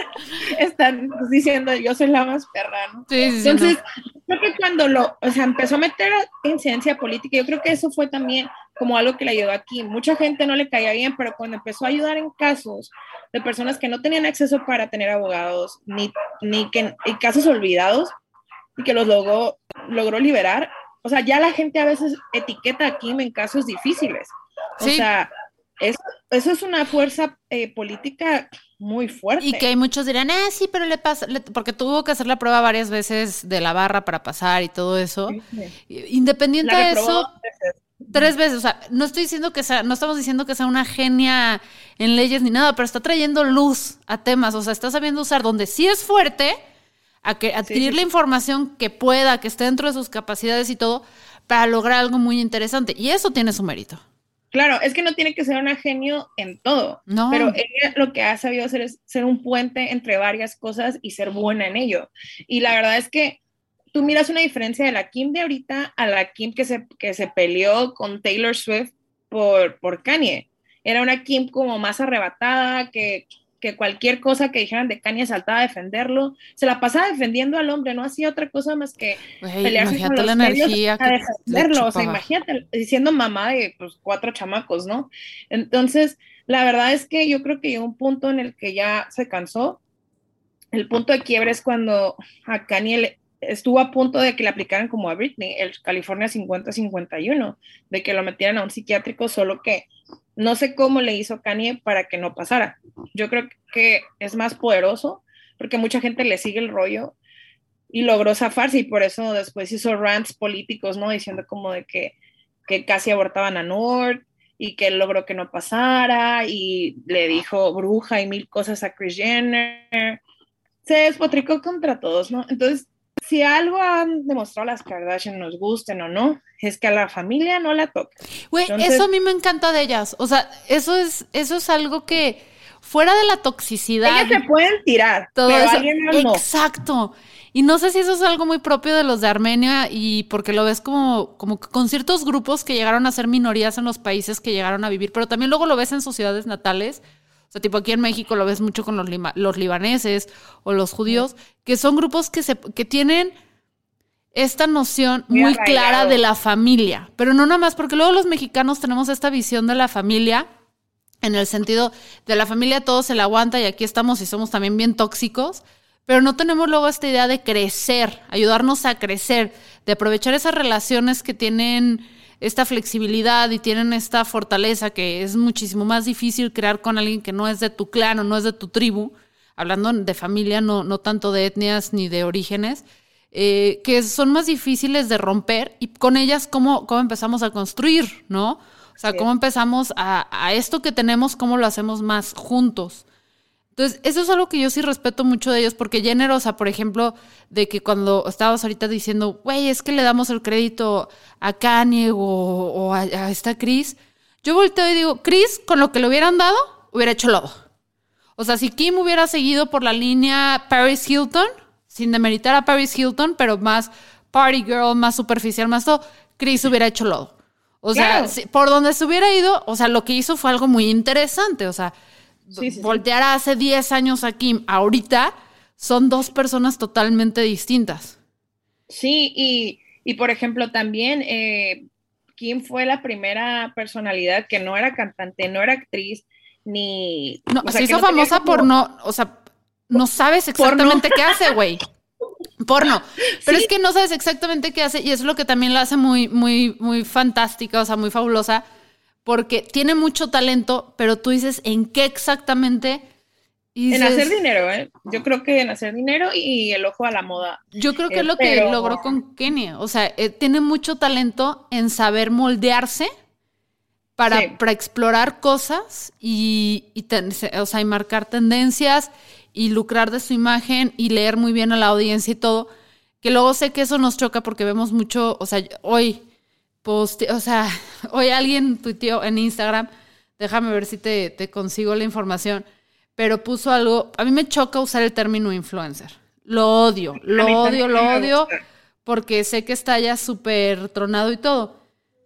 Están diciendo, yo soy la más perra, ¿no? Sí, sí, Entonces, sí, no. creo que cuando lo, o sea, empezó a meter incidencia política, yo creo que eso fue también como algo que le ayudó aquí. Mucha gente no le caía bien, pero cuando empezó a ayudar en casos de personas que no tenían acceso para tener abogados, ni, ni que, y casos olvidados, y que los logró, logró liberar, o sea, ya la gente a veces etiqueta a Kim en casos difíciles. O sí. sea, Eso, eso es una fuerza eh, política muy fuerte. Y que hay muchos dirán, ah, sí, pero le pasa, le, porque tuvo que hacer la prueba varias veces de la barra para pasar y todo eso. Sí. Independiente de eso, tres veces, o sea, no estoy diciendo que sea, no estamos diciendo que sea una genia en leyes ni nada, pero está trayendo luz a temas, o sea, está sabiendo usar donde sí es fuerte, a que adquirir sí, sí. la información que pueda, que esté dentro de sus capacidades y todo, para lograr algo muy interesante. Y eso tiene su mérito. Claro, es que no tiene que ser una genio en todo, no. Pero ella lo que ha sabido hacer es ser un puente entre varias cosas y ser buena en ello. Y la verdad es que tú miras una diferencia de la Kim de ahorita a la Kim que se, que se peleó con Taylor Swift por, por Kanye. Era una Kim como más arrebatada, que, que cualquier cosa que dijeran de Kanye saltaba a defenderlo. Se la pasaba defendiendo al hombre, no hacía otra cosa más que Wey, pelearse con los la medios energía a defenderlo. O sea, imagínate, siendo mamá de pues, cuatro chamacos, ¿no? Entonces, la verdad es que yo creo que llegó un punto en el que ya se cansó. El punto de quiebre es cuando a Kanye le, estuvo a punto de que le aplicaran como a Britney, el California cincuenta cincuenta y uno, de que lo metieran a un psiquiátrico, solo que no sé cómo le hizo Kanye para que no pasara. Yo creo que es más poderoso, porque mucha gente le sigue el rollo y logró zafarse, y por eso después hizo rants políticos, ¿no? Diciendo como de que, que casi abortaban a North, y que él logró que no pasara, y le dijo bruja y mil cosas a Kris Jenner. Se despotricó contra todos, ¿no? Entonces, si algo han demostrado las Kardashian, nos gusten o no, es que a la familia no la toca. Güey, eso a mí me encanta de ellas. O sea, eso es, eso es algo que, fuera de la toxicidad... Ellas se pueden tirar, todo pero eso, alguien no. Exacto. Y no sé si eso es algo muy propio de los de Armenia, y porque lo ves como, como con ciertos grupos que llegaron a ser minorías en los países que llegaron a vivir, pero también luego lo ves en sus ciudades natales. O sea, tipo aquí en México lo ves mucho con los, lima, los libaneses o los judíos, que son grupos que, se, que tienen esta noción muy, muy clara de la familia. Pero no nada más, porque luego los mexicanos tenemos esta visión de la familia, en el sentido de la familia todo se la aguanta y aquí estamos y somos también bien tóxicos, pero no tenemos luego esta idea de crecer, ayudarnos a crecer, de aprovechar esas relaciones que tienen esta flexibilidad y tienen esta fortaleza que es muchísimo más difícil crear con alguien que no es de tu clan o no es de tu tribu, hablando de familia, no, no tanto de etnias ni de orígenes, eh, que son más difíciles de romper, y con ellas cómo, cómo empezamos a construir, ¿no? O sea, sí. cómo empezamos a, a esto que tenemos, cómo lo hacemos más juntos. Entonces, eso es algo que yo sí respeto mucho de ellos, porque Jenner, o sea, por ejemplo, de que cuando estábamos ahorita diciendo, güey, es que le damos el crédito a Kanye o, o a, a esta Kris, yo volteo y digo, Kris, con lo que le hubieran dado, hubiera hecho lodo. O sea, si Kim hubiera seguido por la línea Paris Hilton, sin demeritar a Paris Hilton, pero más party girl, más superficial, más todo, Kris hubiera hecho lodo. O claro. sea, si, por donde se hubiera ido, o sea, lo que hizo fue algo muy interesante, o sea, Sí, sí, voltear sí. hace diez años a Kim, ahorita son dos personas totalmente distintas. Sí, y, y por ejemplo también eh, Kim fue la primera personalidad que no era cantante, no era actriz, ni... No, o se sea, hizo no famosa como... por no, o sea, no sabes exactamente qué hace, güey. Porno. Pero sí. es que no sabes exactamente qué hace, y eso es lo que también la hace muy, muy, muy fantástica, o sea, muy fabulosa, porque tiene mucho talento, pero tú dices, ¿en qué exactamente? Y dices, en hacer dinero, ¿eh? Yo creo que en hacer dinero y el ojo a la moda. Yo creo que eh, es lo pero... que logró con Kenia. O sea, eh, tiene mucho talento en saber moldearse para, sí. para explorar cosas y, y, ten, o sea, y marcar tendencias y lucrar de su imagen y leer muy bien a la audiencia y todo. Que luego sé que eso nos choca porque vemos mucho, o sea, hoy... Poste, o sea, hoy alguien tuiteó en Instagram, déjame ver si te, te consigo la información, pero puso algo, a mí me choca usar el término influencer, lo odio, lo odio, lo odio, porque sé que está ya súper tronado y todo.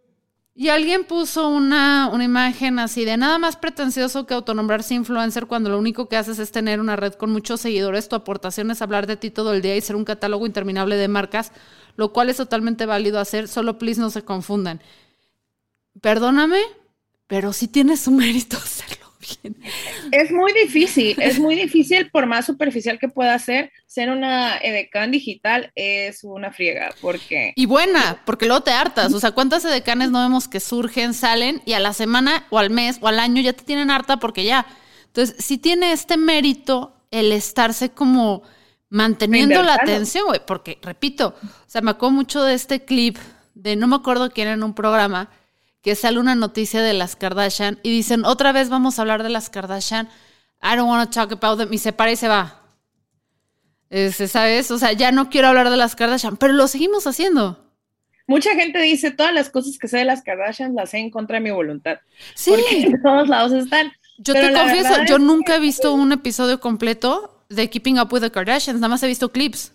Y alguien puso una, una imagen así de nada más pretencioso que autonombrarse influencer cuando lo único que haces es tener una red con muchos seguidores, tu aportación es hablar de ti todo el día y ser un catálogo interminable de marcas, lo cual es totalmente válido hacer, solo please no se confundan. Perdóname, pero sí tiene su mérito hacerlo. bien. Es muy difícil, es muy difícil, por más superficial que pueda ser, ser una edecán digital es una friega, porque... Y buena, porque luego te hartas. O sea, ¿cuántas edecanes no vemos que surgen, salen y a la semana o al mes o al año ya te tienen harta porque ya? Entonces, sí tiene este mérito el estarse como manteniendo la atención, güey, porque, repito, o sea, me acuerdo mucho de este clip de no me acuerdo quién en un programa que sale una noticia de las Kardashian y dicen, otra vez vamos a hablar de las Kardashian, I don't want to talk about them, y se para y se va. Este, ¿sabes? O sea, ya no quiero hablar de las Kardashian, pero lo seguimos haciendo. Mucha gente dice, todas las cosas que sé de las Kardashian las sé en contra de mi voluntad. Sí. Porque en todos lados están. Yo pero te confieso, yo nunca he visto un episodio completo de Keeping Up with the Kardashians, nada más he visto clips.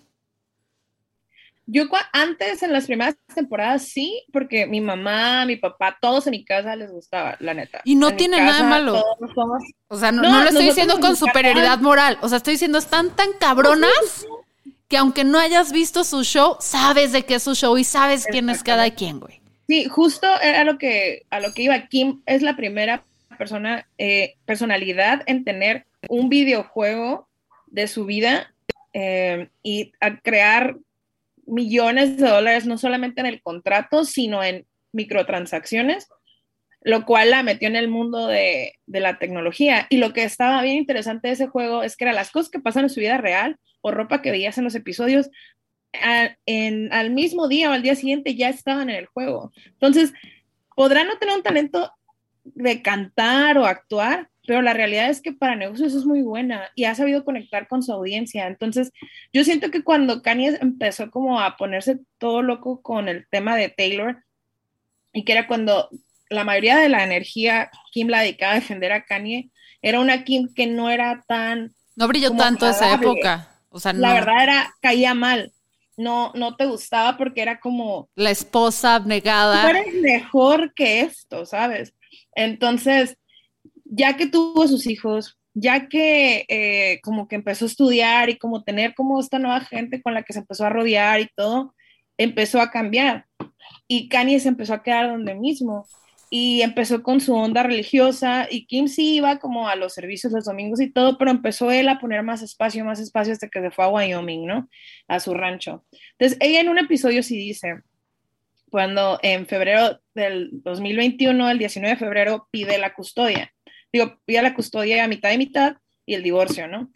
Yo antes, en las primeras temporadas, sí, porque mi mamá, mi papá, todos en mi casa les gustaba, la neta. Y no en tiene nada de malo. Somos... O sea, no, no, no lo estoy diciendo con superioridad moral. O sea, estoy diciendo, están tan cabronas que aunque no hayas visto su show, sabes de qué es su show y sabes quién es cada quien, güey. Sí, justo era lo que, a lo que iba. Kim es la primera persona, eh, personalidad en tener un videojuego de su vida eh, y a crear millones de dólares, no solamente en el contrato, sino en microtransacciones, lo cual la metió en el mundo de, de la tecnología. Y lo que estaba bien interesante de ese juego es que eran las cosas que pasan en su vida real o ropa que veías en los episodios, a, en, al mismo día o al día siguiente ya estaban en el juego. Entonces, podrán no tener un talento de cantar o actuar, pero la realidad es que para negocios es muy buena y ha sabido conectar con su audiencia. Entonces, yo siento que cuando Kanye empezó como a ponerse todo loco con el tema de Taylor, y que era cuando la mayoría de la energía Kim la dedicaba a defender a Kanye, era una Kim que no era tan... No brilló tanto esa época. O sea, no. La verdad era, caía mal. No, no te gustaba porque era como... La esposa abnegada. Tú eres mejor que esto, ¿sabes? Entonces... ya que tuvo sus hijos, ya que eh, como que empezó a estudiar y como tener como esta nueva gente con la que se empezó a rodear y todo, empezó a cambiar. Y Kanye se empezó a quedar donde mismo. Y empezó con su onda religiosa y Kim sí iba como a los servicios los domingos y todo, pero empezó él a poner más espacio, más espacio hasta que se fue a Wyoming, ¿no? A su rancho. Entonces, ella en un episodio sí dice, cuando en febrero del dos mil veintiuno, el diecinueve de febrero, pide la custodia. Digo, pide la custodia a mitad y mitad y el divorcio, ¿no?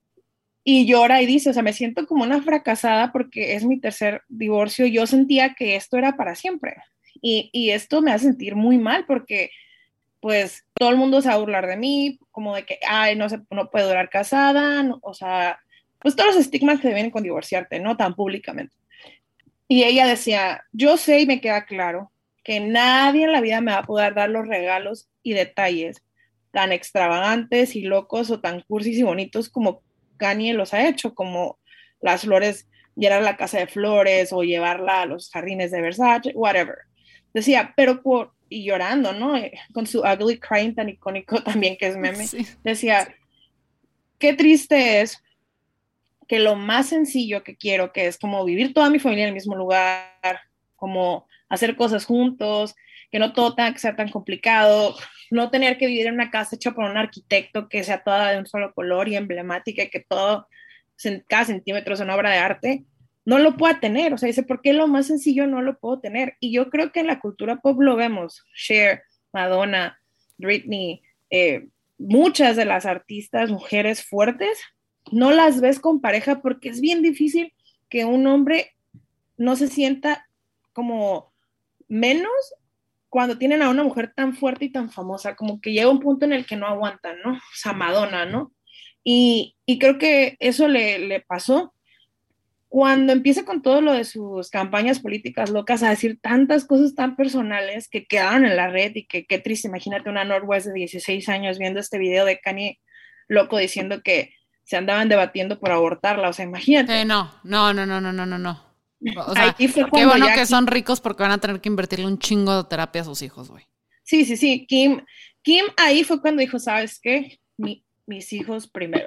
Y llora y dice, o sea, me siento como una fracasada porque es mi tercer divorcio. Yo sentía que esto era para siempre. Y, y esto me hace sentir muy mal porque, pues, todo el mundo se va a burlar de mí, como de que, ay, no, se, no puede durar casada, no, o sea, pues todos los estigmas que vienen con divorciarte, ¿no? Tan públicamente. Y ella decía, yo sé y me queda claro que nadie en la vida me va a poder dar los regalos y detalles tan extravagantes y locos o tan cursis y bonitos como Kanye los ha hecho, como las flores, llenar la casa de flores o llevarla a los jardines de Versace, whatever. Decía, pero por, y llorando, ¿no? Con su ugly crying tan icónico también que es meme. Sí. Decía, qué triste es que lo más sencillo que quiero, que es como vivir toda mi familia en el mismo lugar, como hacer cosas juntos, que no todo tenga que ser tan complicado, no tener que vivir en una casa hecha por un arquitecto que sea toda de un solo color y emblemática y que todo, cada centímetro es una obra de arte, no lo pueda tener. O sea, dice, ¿por qué lo más sencillo no lo puedo tener? Y yo creo que en la cultura pop lo vemos. Cher, Madonna, Britney, eh, muchas de las artistas mujeres fuertes, no las ves con pareja porque es bien difícil que un hombre no se sienta como menos cuando tienen a una mujer tan fuerte y tan famosa, como que llega un punto en el que no aguantan, ¿no? O sea, Madonna, ¿no? Y, y creo que eso le, le pasó cuando empieza con todo lo de sus campañas políticas locas a decir tantas cosas tan personales que quedaron en la red y que qué triste, imagínate una Northwest de dieciséis años viendo este video de Kanye loco diciendo que se andaban debatiendo por abortarla, o sea, imagínate. Eh, no, no, no, no, no, no, no. O sea, qué bueno que Kim, son ricos porque van a tener que invertirle un chingo de terapia a sus hijos, güey. Sí, sí, sí. Kim, Kim ahí fue cuando dijo, ¿sabes qué? Mi, mis hijos primero.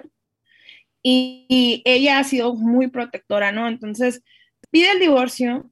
Y, y ella ha sido muy protectora, ¿no? Entonces, pide el divorcio.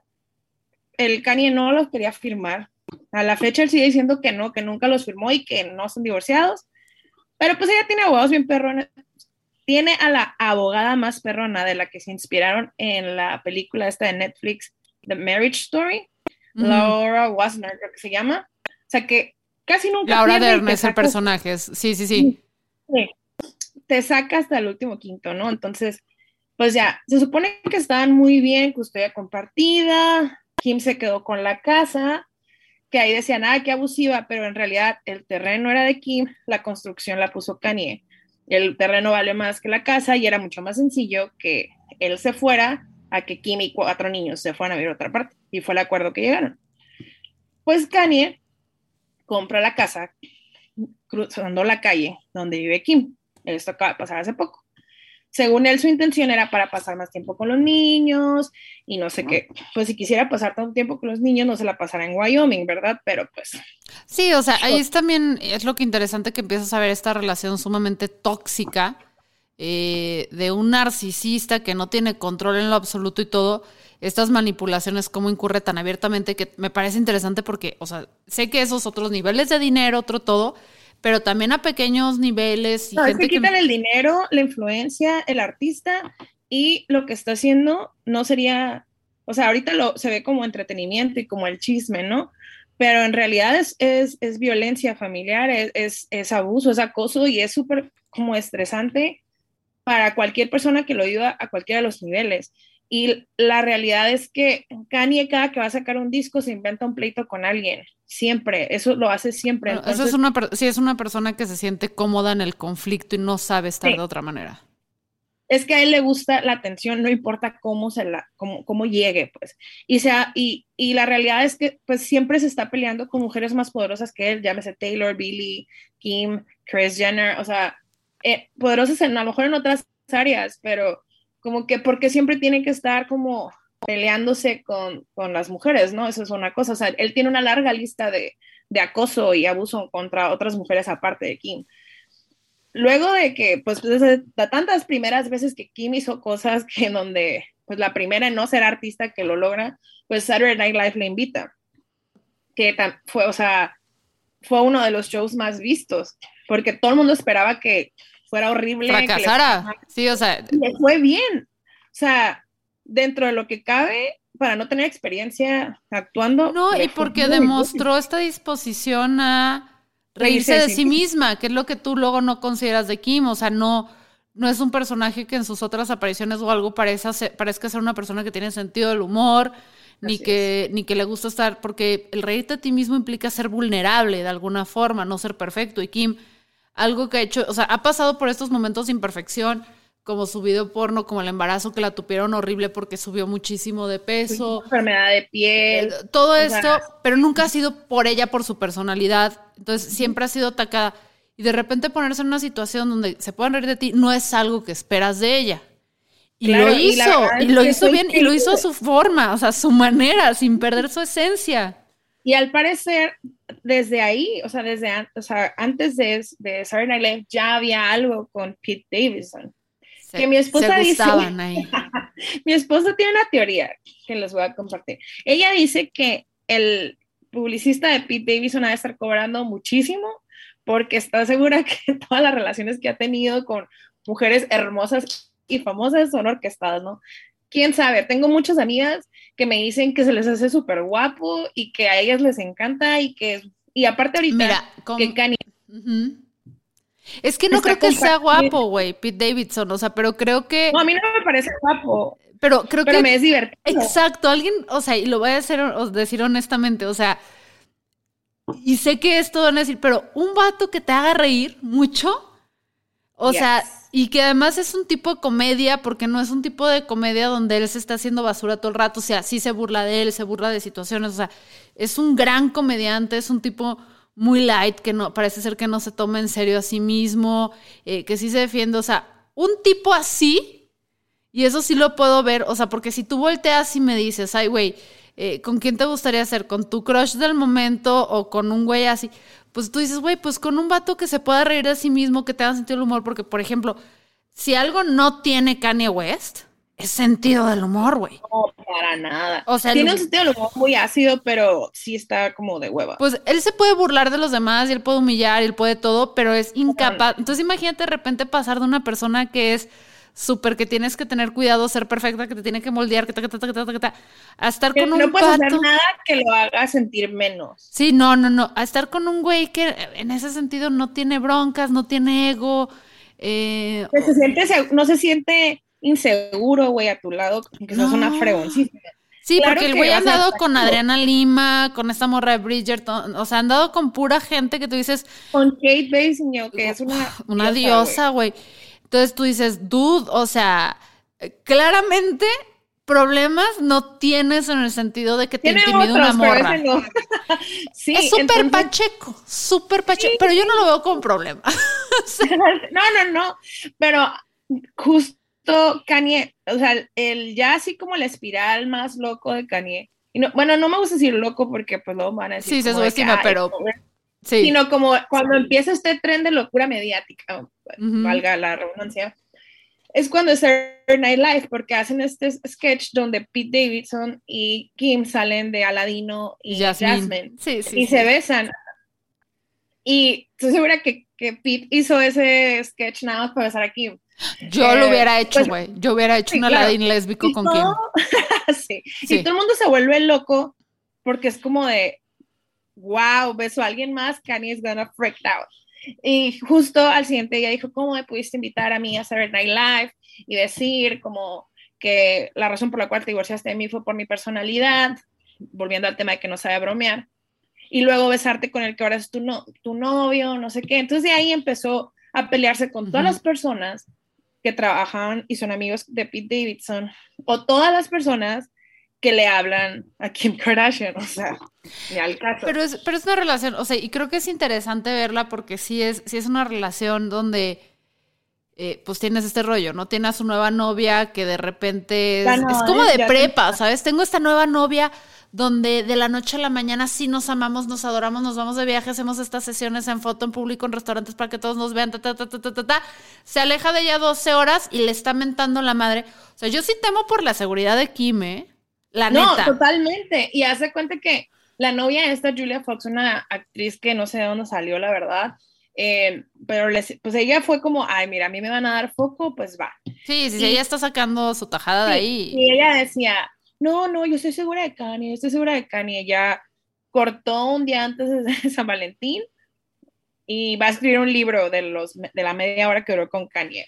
El Kanye no los quería firmar. A la fecha él sigue diciendo que no, que nunca los firmó y que no son divorciados. Pero pues ella tiene abogados bien perrones. Tiene a la abogada más perrona de la que se inspiraron en la película esta de Netflix, The Marriage Story. Uh-huh. Laura Wasner, creo que se llama. O sea que casi nunca Laura Dern es el personaje. Sí, sí, sí. Sí. Te saca hasta el último quinto, ¿no? Entonces, pues ya, se supone que estaban muy bien, custodia compartida, Kim se quedó con la casa, que ahí decían, ah, qué abusiva, pero en realidad el terreno era de Kim, la construcción la puso Kanye. El terreno vale más que la casa y era mucho más sencillo que él se fuera a que Kim y cuatro niños se fueran a vivir a otra parte. Y fue el acuerdo que llegaron. Pues Kanye compra la casa cruzando la calle donde vive Kim. Esto acaba de pasar hace poco. Según él, su intención era para pasar más tiempo con los niños y no sé qué. Pues si quisiera pasar tanto tiempo con los niños, no se la pasará en Wyoming, ¿verdad? Pero pues... Sí, o sea, ahí es también, es lo que interesante que empiezas a ver esta relación sumamente tóxica eh, de un narcisista que no tiene control en lo absoluto y todo. Estas manipulaciones, cómo incurre tan abiertamente, que me parece interesante porque, o sea, sé que esos otros niveles de dinero, otro todo... pero también a pequeños niveles. Y no, gente es que quitan que... el dinero, la influencia, el artista, y lo que está haciendo no sería, o sea, ahorita lo, se ve como entretenimiento y como el chisme, ¿no? Pero en realidad es, es, es violencia familiar, es, es, es abuso, es acoso y es súper como estresante para cualquier persona que lo viva a cualquiera de los niveles. Y la realidad es que Kanye cada que va a sacar un disco se inventa un pleito con alguien. Siempre, eso lo hace siempre. Bueno, Entonces, eso es una, sí, es una persona que se siente cómoda en el conflicto y no sabe estar sí. de otra manera. Es que a él le gusta la atención, no importa cómo se la, cómo, cómo llegue, pues. Y, sea, y, y la realidad es que pues siempre se está peleando con mujeres más poderosas que él, llámese Taylor, Billie, Kim, Kris Jenner, o sea, eh, poderosas en, a lo mejor en otras áreas, pero como que porque siempre tiene que estar como peleándose con, con las mujeres, ¿no? Eso es una cosa, o sea, él tiene una larga lista de, de acoso y abuso contra otras mujeres aparte de Kim. Luego de que, pues, desde tantas primeras veces que Kim hizo cosas que en donde, pues, la primera en no ser artista que lo logra, pues Saturday Night Live le invita, que fue, o sea, fue uno de los shows más vistos, porque todo el mundo esperaba que fuera horrible. Fracasara, que le... sí, o sea. Y le fue bien, o sea, dentro de lo que cabe, para no tener experiencia actuando. No, y porque demostró bien. Esta disposición a reírse de sí misma, que es lo que tú luego no consideras de Kim, o sea, no, no es un personaje que en sus otras apariciones o algo parezca ser, parezca ser una persona que tiene sentido del humor, ni que, ni que le gusta estar, porque el reírte a ti mismo implica ser vulnerable de alguna forma, no ser perfecto, y Kim, algo que ha hecho, o sea, ha pasado por estos momentos de imperfección, como su video porno, como el embarazo que la tupieron horrible porque subió muchísimo de peso. Enfermedad de piel. Eh, todo esto, sea, pero nunca ha sido por ella, por su personalidad. Entonces siempre ha sido atacada. Y de repente ponerse en una situación donde se puedan reír de ti no es algo que esperas de ella. Y claro, lo hizo, y, y lo hizo bien, y lo hizo a su forma, o sea, a su manera, sin perder su esencia. Y al parecer, desde ahí, o sea, desde an- o sea, antes de, de Saturday Night Live ya había algo con Pete Davidson. Se, que mi esposa se dice, ahí. Mi esposa tiene una teoría que les voy a compartir. Ella dice que el publicista de Pete Davidson ha de estar cobrando muchísimo porque está segura que todas las relaciones que ha tenido con mujeres hermosas y famosas son orquestadas, ¿no? Quién sabe, tengo muchas amigas que me dicen que se les hace súper guapo y que a ellas les encanta y que, y aparte ahorita Mira, con... que Kanye... Uh-huh. Es que no creo que sea guapo, güey, Pete Davidson, o sea, pero creo que... No, a mí no me parece guapo. Pero creo pero que... me es divertido. Exacto, alguien, o sea, y lo voy a hacer, decir honestamente, o sea, y sé que esto van a decir, pero un vato que te haga reír mucho, o yes. sea, y que además es un tipo de comedia, porque no es un tipo de comedia donde él se está haciendo basura todo el rato, o sea, sí se burla de él, se burla de situaciones, o sea, es un gran comediante, es un tipo... muy light, que no parece ser que no se toma en serio a sí mismo, eh, que sí se defiende, o sea, un tipo así, y eso sí lo puedo ver, o sea, porque si tú volteas y me dices, ay, güey, eh, ¿con quién te gustaría ser? ¿Con tu crush del momento o con un güey así? Pues tú dices, güey, pues con un vato que se pueda reír de sí mismo, que te haga sentir el humor, porque, por ejemplo, si algo no tiene Kanye West, es sentido del humor, güey. No, para nada. O sea, tiene el- un sentido del humor muy ácido, pero sí está como de hueva. Pues él se puede burlar de los demás y él puede humillar y él puede todo, pero es incapaz. Entonces imagínate de repente pasar de una persona que es súper, que tienes que tener cuidado, ser perfecta, que te tiene que moldear, que ta, que ta, que ta, que ta, a estar Que con un no puedes hacer pato. nada que lo haga sentir menos. Sí, no, no, no. A estar con un güey que en ese sentido no tiene broncas, no tiene ego. Eh, Que se siente, seg- no se siente inseguro, güey, a tu lado, que seas una no. fregoncísima. Sí, Claro porque el que güey ha vas a andado estar con como- Adriana Lima, con esta morra de Bridgerton, o sea, ha andado con pura gente que tú dices, Con Kate Basinger, que es una una diosa, diosa, güey. Entonces tú dices, dude, o sea, eh, claramente problemas no tienes en el sentido de que te Tiene intimida una otros, pero morra. ese no. Sí, Es súper entonces- pacheco, súper pacheco, pero yo no lo veo con problema. No, no, no, pero justo Kanye, o sea, el ya así como la espiral más loco de Kanye, y no, bueno, no me gusta decir loco porque pues luego van a decir Sí, se como de que, subestima, "Ay, pero pobre", sí. sino como cuando empieza este tren de locura mediática, Ujú. valga la redundancia, es cuando es Saturday Night Live, porque hacen este sketch donde Pete Davidson y Kim salen de Aladino y Jasmine. Jasmine, Sí, sí, y sí. se besan. Y estoy segura que, que Pete hizo ese sketch nada más para besar a Kim. Yo Eh, lo hubiera hecho, pues, güey. Yo hubiera hecho sí, un claro. Aladdin lésbico Y con todo, Kim. sí. Sí. Y todo el mundo se vuelve loco porque es como de, wow, beso a alguien más, Kanye is gonna freak out. Y justo al siguiente día dijo, ¿cómo me pudiste invitar a mí a Saturday Night Live? Y decir como que la razón por la cual te divorciaste de mí fue por mi personalidad, volviendo al tema de que no sabe bromear. Y luego besarte con el que ahora es tu, no, tu novio, no sé qué. Entonces de ahí empezó a pelearse con todas Ujú. las personas que trabajaban y son amigos de Pete Davidson, o todas las personas que le hablan a Kim Kardashian, o sea, ni al caso. Pero es, pero es una relación, o sea, y creo que es interesante verla porque sí es, sí es una relación donde eh, pues tienes este rollo, ¿no? Tienes a su nueva novia que de repente es, Ya no, es como ¿eh? de Ya prepa, te- ¿sabes? Tengo esta nueva novia donde de la noche a la mañana sí nos amamos, nos adoramos, nos vamos de viaje, hacemos estas sesiones en foto, en público, en restaurantes para que todos nos vean, ta, ta, ta, ta, ta, ta, ta. Se aleja de ella doce horas y le está mentando la madre. O sea, yo sí temo por la seguridad de Kim, ¿eh? La No, neta. totalmente. Y hace cuenta que la novia esta, Julia Fox, una actriz que no sé de dónde salió, la verdad, eh, pero les, pues ella fue como, ay, mira, a mí me van a dar foco, pues va. Sí, sí, sí, Y- ella está sacando su tajada de Sí, ahí. y ella decía, no, no, yo estoy segura de Kanye, yo estoy segura de Kanye. Ella cortó un día antes de San Valentín y va a escribir un libro de, los, de la media hora que duró con Kanye.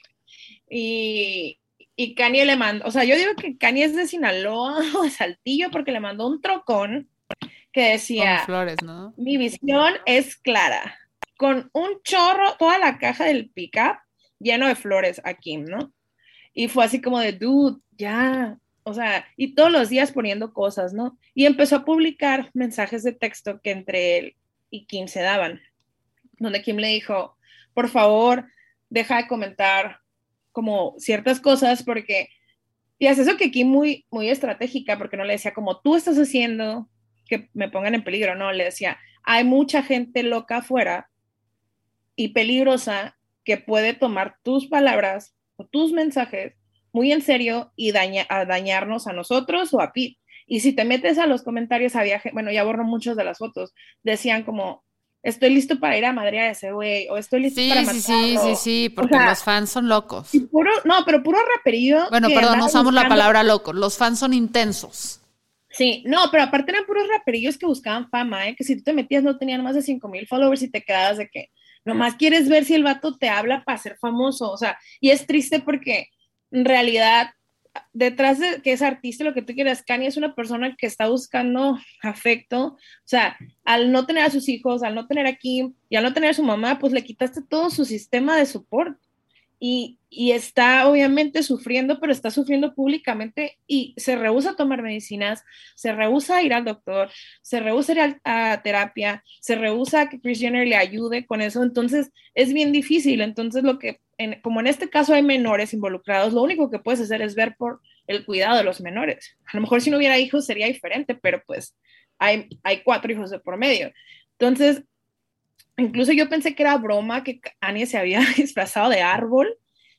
Y, y Kanye le mandó, o sea, yo digo que Kanye es de Sinaloa o de Saltillo porque le mandó un trocón que Con decía, flores, ¿no? mi visión es clara, con un chorro, toda la caja del pickup lleno de flores a Kim, ¿no? Y fue así como de, dude, ya, o sea, y todos los días poniendo cosas, ¿no? Y empezó a publicar mensajes de texto que entre él y Kim se daban, donde Kim le dijo, por favor, deja de comentar como ciertas cosas porque, y hace eso que Kim muy, muy estratégica, porque no le decía como tú estás haciendo que me pongan en peligro, no, le decía, hay mucha gente loca afuera y peligrosa que puede tomar tus palabras o tus mensajes muy en serio y daña, a dañarnos a nosotros o a Pete. Y si te metes a los comentarios, había, bueno, ya borro muchas de las fotos, decían como, estoy listo para ir a madrear a ese güey, o estoy listo Sí, para sí, matarlo. sí, sí, sí, porque o sea, los fans son locos. y puro, no, pero puro raperillo. Bueno, que perdón, andaba no usamos la buscando- palabra locos. Los fans son intensos. Sí, no, pero aparte eran puros raperillos que buscaban fama, ¿eh? Que si tú te metías no tenían más de cinco mil followers y te quedabas de que nomás quieres ver si el vato te habla para ser famoso, o sea, y es triste porque en realidad detrás de que es artista, lo que tú quieras, Kanye es una persona que está buscando afecto, o sea, al no tener a sus hijos, al no tener a Kim y al no tener a su mamá, pues le quitaste todo su sistema de soporte. Y, y está obviamente sufriendo, pero está sufriendo públicamente y se rehúsa a tomar medicinas, se rehúsa a ir al doctor, se rehúsa a ir a, a terapia, se rehúsa a que Kris Jenner le ayude con eso, entonces es bien difícil, entonces lo que, en, como en este caso hay menores involucrados, lo único que puedes hacer es ver por el cuidado de los menores. A lo mejor si no hubiera hijos sería diferente, pero pues hay, hay cuatro hijos de por medio. Entonces, incluso yo pensé que era broma, que Kanye se había disfrazado de árbol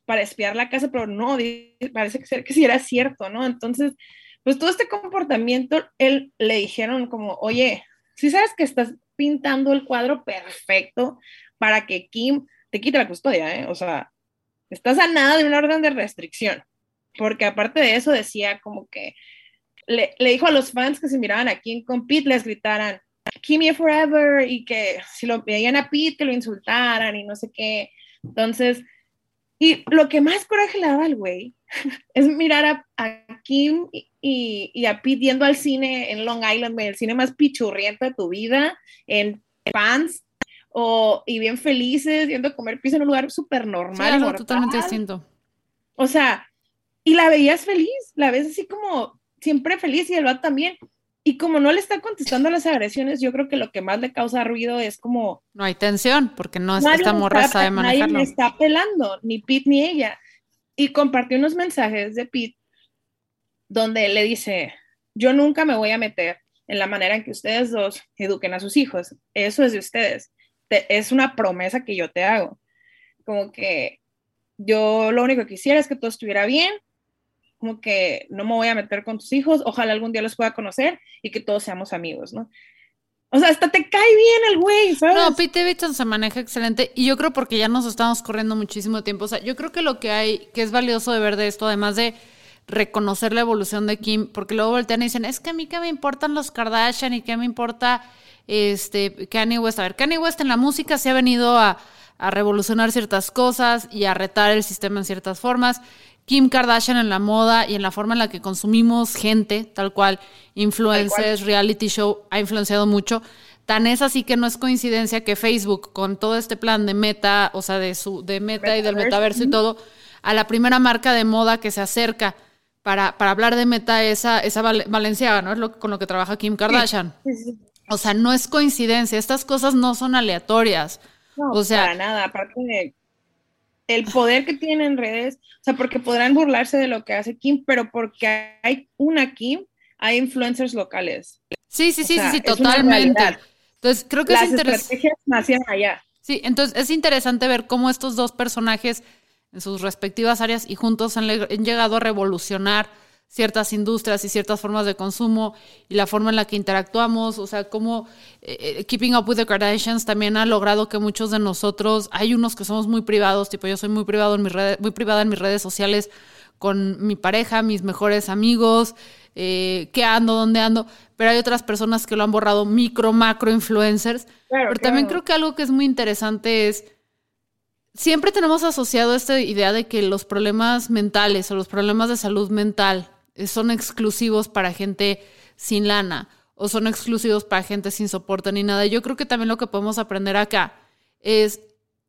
para espiar la casa, pero no, parece ser que sí era cierto, ¿no? Entonces, pues todo este comportamiento, él le dijeron como, oye, si sabes que estás pintando el cuadro perfecto para que Kim te quite la custodia, ¿eh? O sea, estás a nada de una orden de restricción, porque aparte de eso decía como que le, le dijo a los fans que si miraban a Kim con Pete les gritaran Kim here forever, y que si lo veían a Pete que lo insultaran y no sé qué. Entonces, y lo que más coraje le daba al güey es mirar a, a Kim y, y, y a Pete yendo al cine en Long Island, el cine más pichurriento de tu vida, en pants, o, y bien felices, yendo a comer pizza en un lugar súper normal. Sí, algo totalmente distinto. O sea, y la veías feliz, la ves así como siempre feliz, y el vato también. Y como no le está contestando a las agresiones, yo creo que lo que más le causa ruido es como... No hay tensión, porque no es esta morra está, sabe manejarlo. Nadie le está pelando, ni Pete ni ella. Y compartió unos mensajes de Pete donde le dice, yo nunca me voy a meter en la manera en que ustedes dos eduquen a sus hijos. Eso es de ustedes. Te, es una promesa que yo te hago. Como que yo lo único que quisiera es que todo estuviera bien, como que no me voy a meter con tus hijos, ojalá algún día los pueda conocer y que todos seamos amigos, ¿no? O sea, hasta te cae bien el güey, ¿sabes? No, Pete Davidson se maneja excelente, y yo creo porque ya nos estamos corriendo muchísimo tiempo. O sea, yo creo que lo que hay, que es valioso de ver de esto, además de reconocer la evolución de Kim, porque luego voltean y dicen, es que a mí qué me importan los Kardashian y qué me importa este Kanye West. A ver, Kanye West en la música se ha venido a, a revolucionar ciertas cosas y a retar el sistema en ciertas formas. Kim Kardashian en la moda y en la forma en la que consumimos gente, tal cual, influencers, reality show, ha influenciado mucho. Tan es así que no es coincidencia que Facebook, con todo este plan de Meta, o sea, de su de Meta Metaverse. Y del metaverso y todo, a la primera marca de moda que se acerca para, para hablar de Meta, esa, esa Balenciaga, ¿no? Es lo, con lo que trabaja Kim Kardashian. Sí, sí, sí. O sea, no es coincidencia, estas cosas no son aleatorias. No, o sea, para nada, aparte de el poder que tienen en redes, o sea, porque podrán burlarse de lo que hace Kim, pero porque hay una Kim, hay influencers locales. Sí, sí, sí, o sea, sí, sí, totalmente. Entonces, creo que las es interesante. Las estrategias nacieron allá. Sí, entonces es interesante ver cómo estos dos personajes en sus respectivas áreas y juntos han, le- han llegado a revolucionar ciertas industrias y ciertas formas de consumo y la forma en la que interactuamos. O sea, cómo eh, Keeping Up with the Kardashians también ha logrado que muchos de nosotros, hay unos que somos muy privados, tipo yo soy muy privado en mis redes, muy privada en mis redes sociales con mi pareja, mis mejores amigos, eh, qué ando, dónde ando, pero hay otras personas que lo han borrado, micro, macro influencers. Claro, pero también claro. creo que algo que es muy interesante es, siempre tenemos asociado esta idea de que los problemas mentales o los problemas de salud mental son exclusivos para gente sin lana o son exclusivos para gente sin soporte ni nada. Yo creo que también lo que podemos aprender acá es,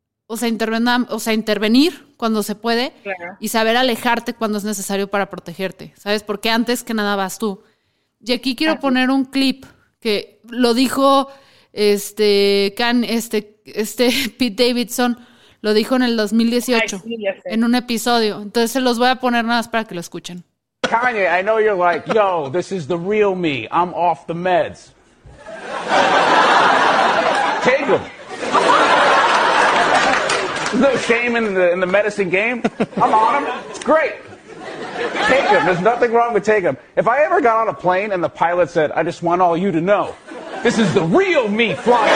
o sea, intervenir, o sea, intervenir cuando se puede, Claro. y saber alejarte cuando es necesario para protegerte, ¿sabes? Porque antes que nada vas tú. Y aquí quiero Así. poner un clip que lo dijo este, Can, este, este Pete Davidson, lo dijo en el dos mil dieciocho, Ay, sí, ya sé. en un episodio. Entonces se los voy a poner nada más para que lo escuchen. Kanye, I know you're like, yo, this is the real me. I'm off the meds. Take them. There's no shame in the, in the medicine game. I'm on them. It's great. Take them. There's nothing wrong with taking them. If I ever got on a plane and the pilot said, I just want all you to know, this is the real me flying.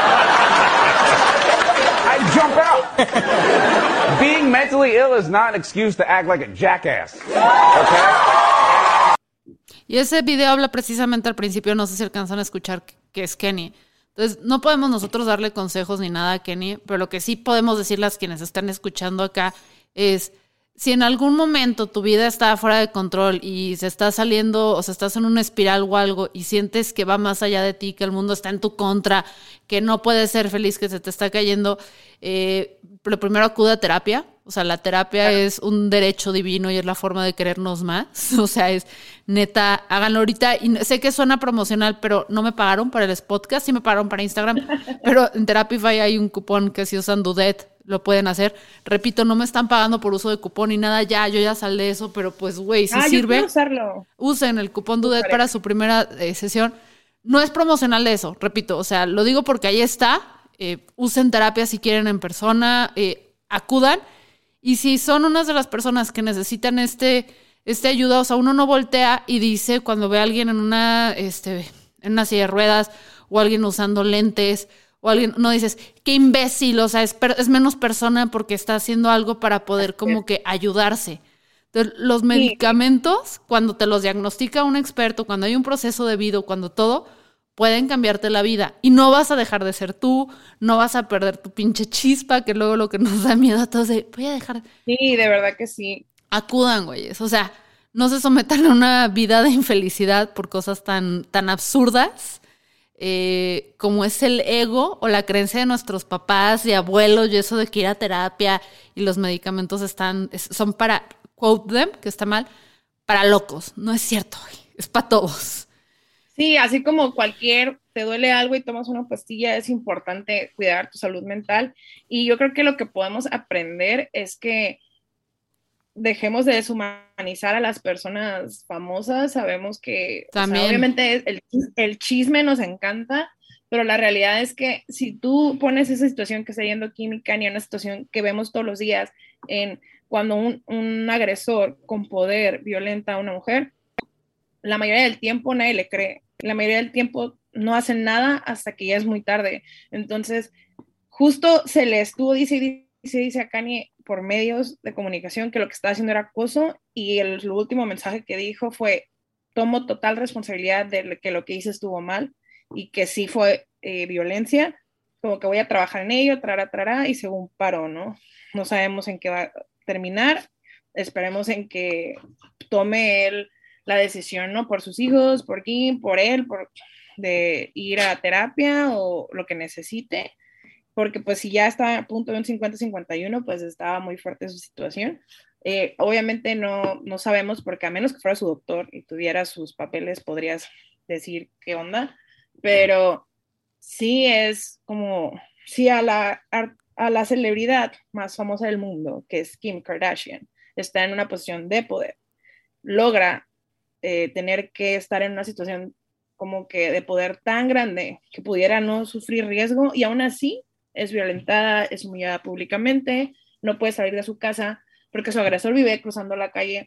I'd jump out. Being mentally ill is not an excuse to act like a jackass. Okay? Y ese video habla precisamente al principio, no sé si alcanzan a escuchar, que es Kenny. Entonces, no podemos nosotros darle consejos ni nada a Kenny, pero lo que sí podemos decirle a quienes están escuchando acá es, si en algún momento tu vida está fuera de control y se está saliendo, o sea, estás en una espiral o algo y sientes que va más allá de ti, que el mundo está en tu contra, que no puedes ser feliz, que se te está cayendo, eh, lo primero acude a terapia. O sea, la terapia claro. es un derecho divino y es la forma de querernos más. O sea, es neta, háganlo ahorita. Y sé que suena promocional, pero no me pagaron para el podcast, sí me pagaron para Instagram. Pero en Therapify hay un cupón que si usan Dudet lo pueden hacer. Repito, no me están pagando por uso de cupón ni nada. Ya, yo ya salí de eso, pero pues, güey, si ah, sirve, yo quiero usarlo. Usen el cupón Dudet para su primera eh, sesión. No es promocional de eso, repito. O sea, lo digo porque ahí está. Eh, usen terapia si quieren en persona. Eh, acudan. Y si son unas de las personas que necesitan este, este ayuda, o sea, uno no voltea y dice cuando ve a alguien en una, este, en una silla de ruedas o alguien usando lentes o alguien, no dices, qué imbécil, o sea, es, per, es menos persona porque está haciendo algo para poder como que ayudarse. Entonces, los medicamentos, cuando te los diagnostica un experto, cuando hay un proceso debido, cuando todo, pueden cambiarte la vida. Y no vas a dejar de ser tú, no vas a perder tu pinche chispa, que luego lo que nos da miedo a todos es, voy a dejar. Sí, de verdad que sí. Acudan, güeyes. O sea, no se sometan a una vida de infelicidad por cosas tan, tan absurdas eh, como es el ego o la creencia de nuestros papás y abuelos y eso de que ir a terapia y los medicamentos están, son para, quote them, que está mal, para locos. No es cierto, güey. Es para todos. Sí, así como cualquier, te duele algo y tomas una pastilla, es importante cuidar tu salud mental. Y yo creo que lo que podemos aprender es que dejemos de deshumanizar a las personas famosas. Sabemos que o sea, obviamente el, el chisme nos encanta, pero la realidad es que si tú pones esa situación que está yendo química ni una situación que vemos todos los días en cuando un, un agresor con poder violenta a una mujer, la mayoría del tiempo nadie le cree. La mayoría del tiempo no hacen nada hasta que ya es muy tarde. Entonces, justo se le estuvo, dice, dice, dice a Kanye por medios de comunicación que lo que estaba haciendo era acoso y el, el último mensaje que dijo fue, tomo total responsabilidad de que lo que hice estuvo mal y que sí fue eh, violencia, como que voy a trabajar en ello, trará, trará, y según paró, ¿no? No sabemos en qué va a terminar, esperemos en que tome él la decisión, ¿no? Por sus hijos, por Kim, por él, por de ir a terapia o lo que necesite, porque pues si ya está a punto de un cincuenta cincuenta y uno, pues estaba muy fuerte su situación. Eh, obviamente no, no sabemos, porque a menos que fuera su doctor y tuviera sus papeles, podrías decir qué onda, pero sí es como, sí a la, a la celebridad más famosa del mundo, que es Kim Kardashian, está en una posición de poder, logra Eh, tener que estar en una situación como que de poder tan grande que pudiera no sufrir riesgo y aún así es violentada, es humillada públicamente, no puede salir de su casa porque su agresor vive cruzando la calle.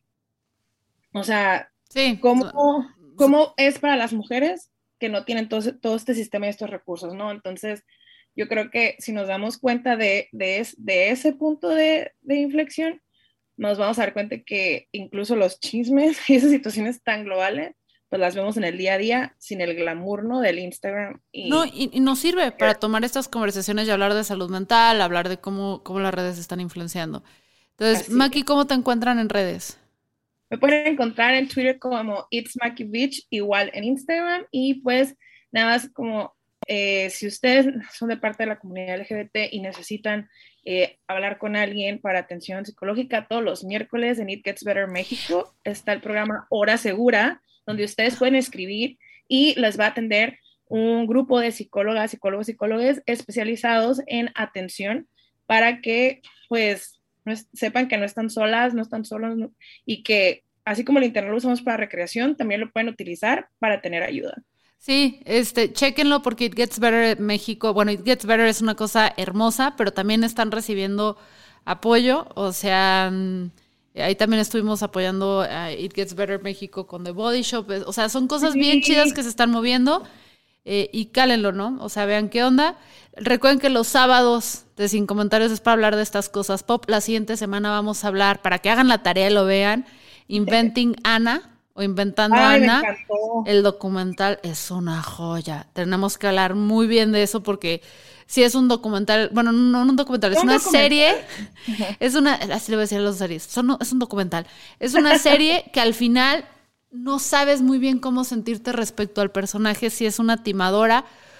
O sea, sí. ¿cómo, cómo es para las mujeres que no tienen todo, todo este sistema y estos recursos, ¿no? Entonces, yo creo que si nos damos cuenta de, de, es, de ese punto de, de inflexión, nos vamos a dar cuenta que incluso los chismes y esas situaciones tan globales, pues las vemos en el día a día sin el glamour, ¿no? Del Instagram. Y... No, y, y nos sirve para tomar estas conversaciones y hablar de salud mental, hablar de cómo, cómo las redes están influenciando. Entonces, así Maki, ¿cómo te encuentran en redes? Me pueden encontrar en Twitter como It's Maki Beach, igual en Instagram, y pues nada más como eh, si ustedes son de parte de la comunidad L G B T y necesitan Eh, hablar con alguien para atención psicológica, todos los miércoles en It Gets Better México está el programa Hora Segura, donde ustedes pueden escribir y les va a atender un grupo de psicólogas, psicólogos, psicólogas especializados en atención para que pues no es, sepan que no están solas, no están solos, no, y que así como el internet lo usamos para recreación, también lo pueden utilizar para tener ayuda. Sí, este, chéquenlo porque It Gets Better México, bueno, It Gets Better es una cosa hermosa, pero también están recibiendo apoyo, o sea, ahí también estuvimos apoyando a It Gets Better México con The Body Shop, o sea, son cosas sí. bien chidas que se están moviendo eh, y cálenlo, ¿no? O sea, vean qué onda. Recuerden que los sábados de Sin Comentarios es para hablar de estas cosas pop. La siguiente semana vamos a hablar, para que hagan la tarea y lo vean, Inventing Anna. O Inventando Ay, Ana, el documental es una joya. Tenemos que hablar muy bien de eso porque si es un documental, bueno, no, no un documental, es un una documental. serie, es una, así le voy a decir a los series, son, es un documental, es una serie que al final no sabes muy bien cómo sentirte respecto al personaje, si es una timadora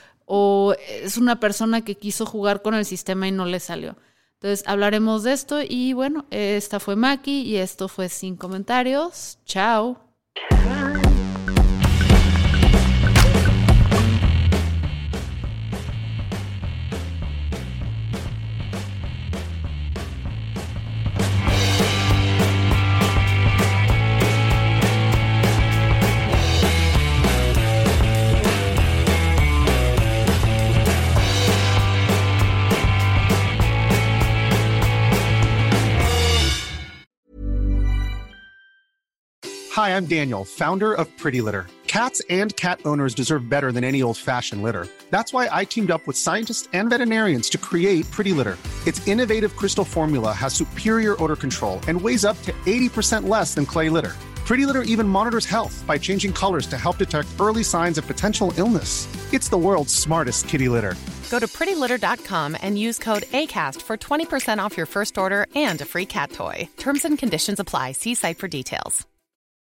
o es una persona que quiso jugar con el sistema y no le salió. Entonces hablaremos de esto y bueno, esta fue Maki y esto fue Sin Comentarios. Chao. Bye. Hi, I'm Daniel, founder of Pretty Litter. Cats and cat owners deserve better than any old-fashioned litter. That's why I teamed up with scientists and veterinarians to create Pretty Litter. Its innovative crystal formula has superior odor control and weighs up to eighty percent less than clay litter. Pretty Litter even monitors health by changing colors to help detect early signs of potential illness. It's the world's smartest kitty litter. Go to pretty litter dot com and use code ACAST for twenty percent off your first order and a free cat toy. Terms and conditions apply. See site for details.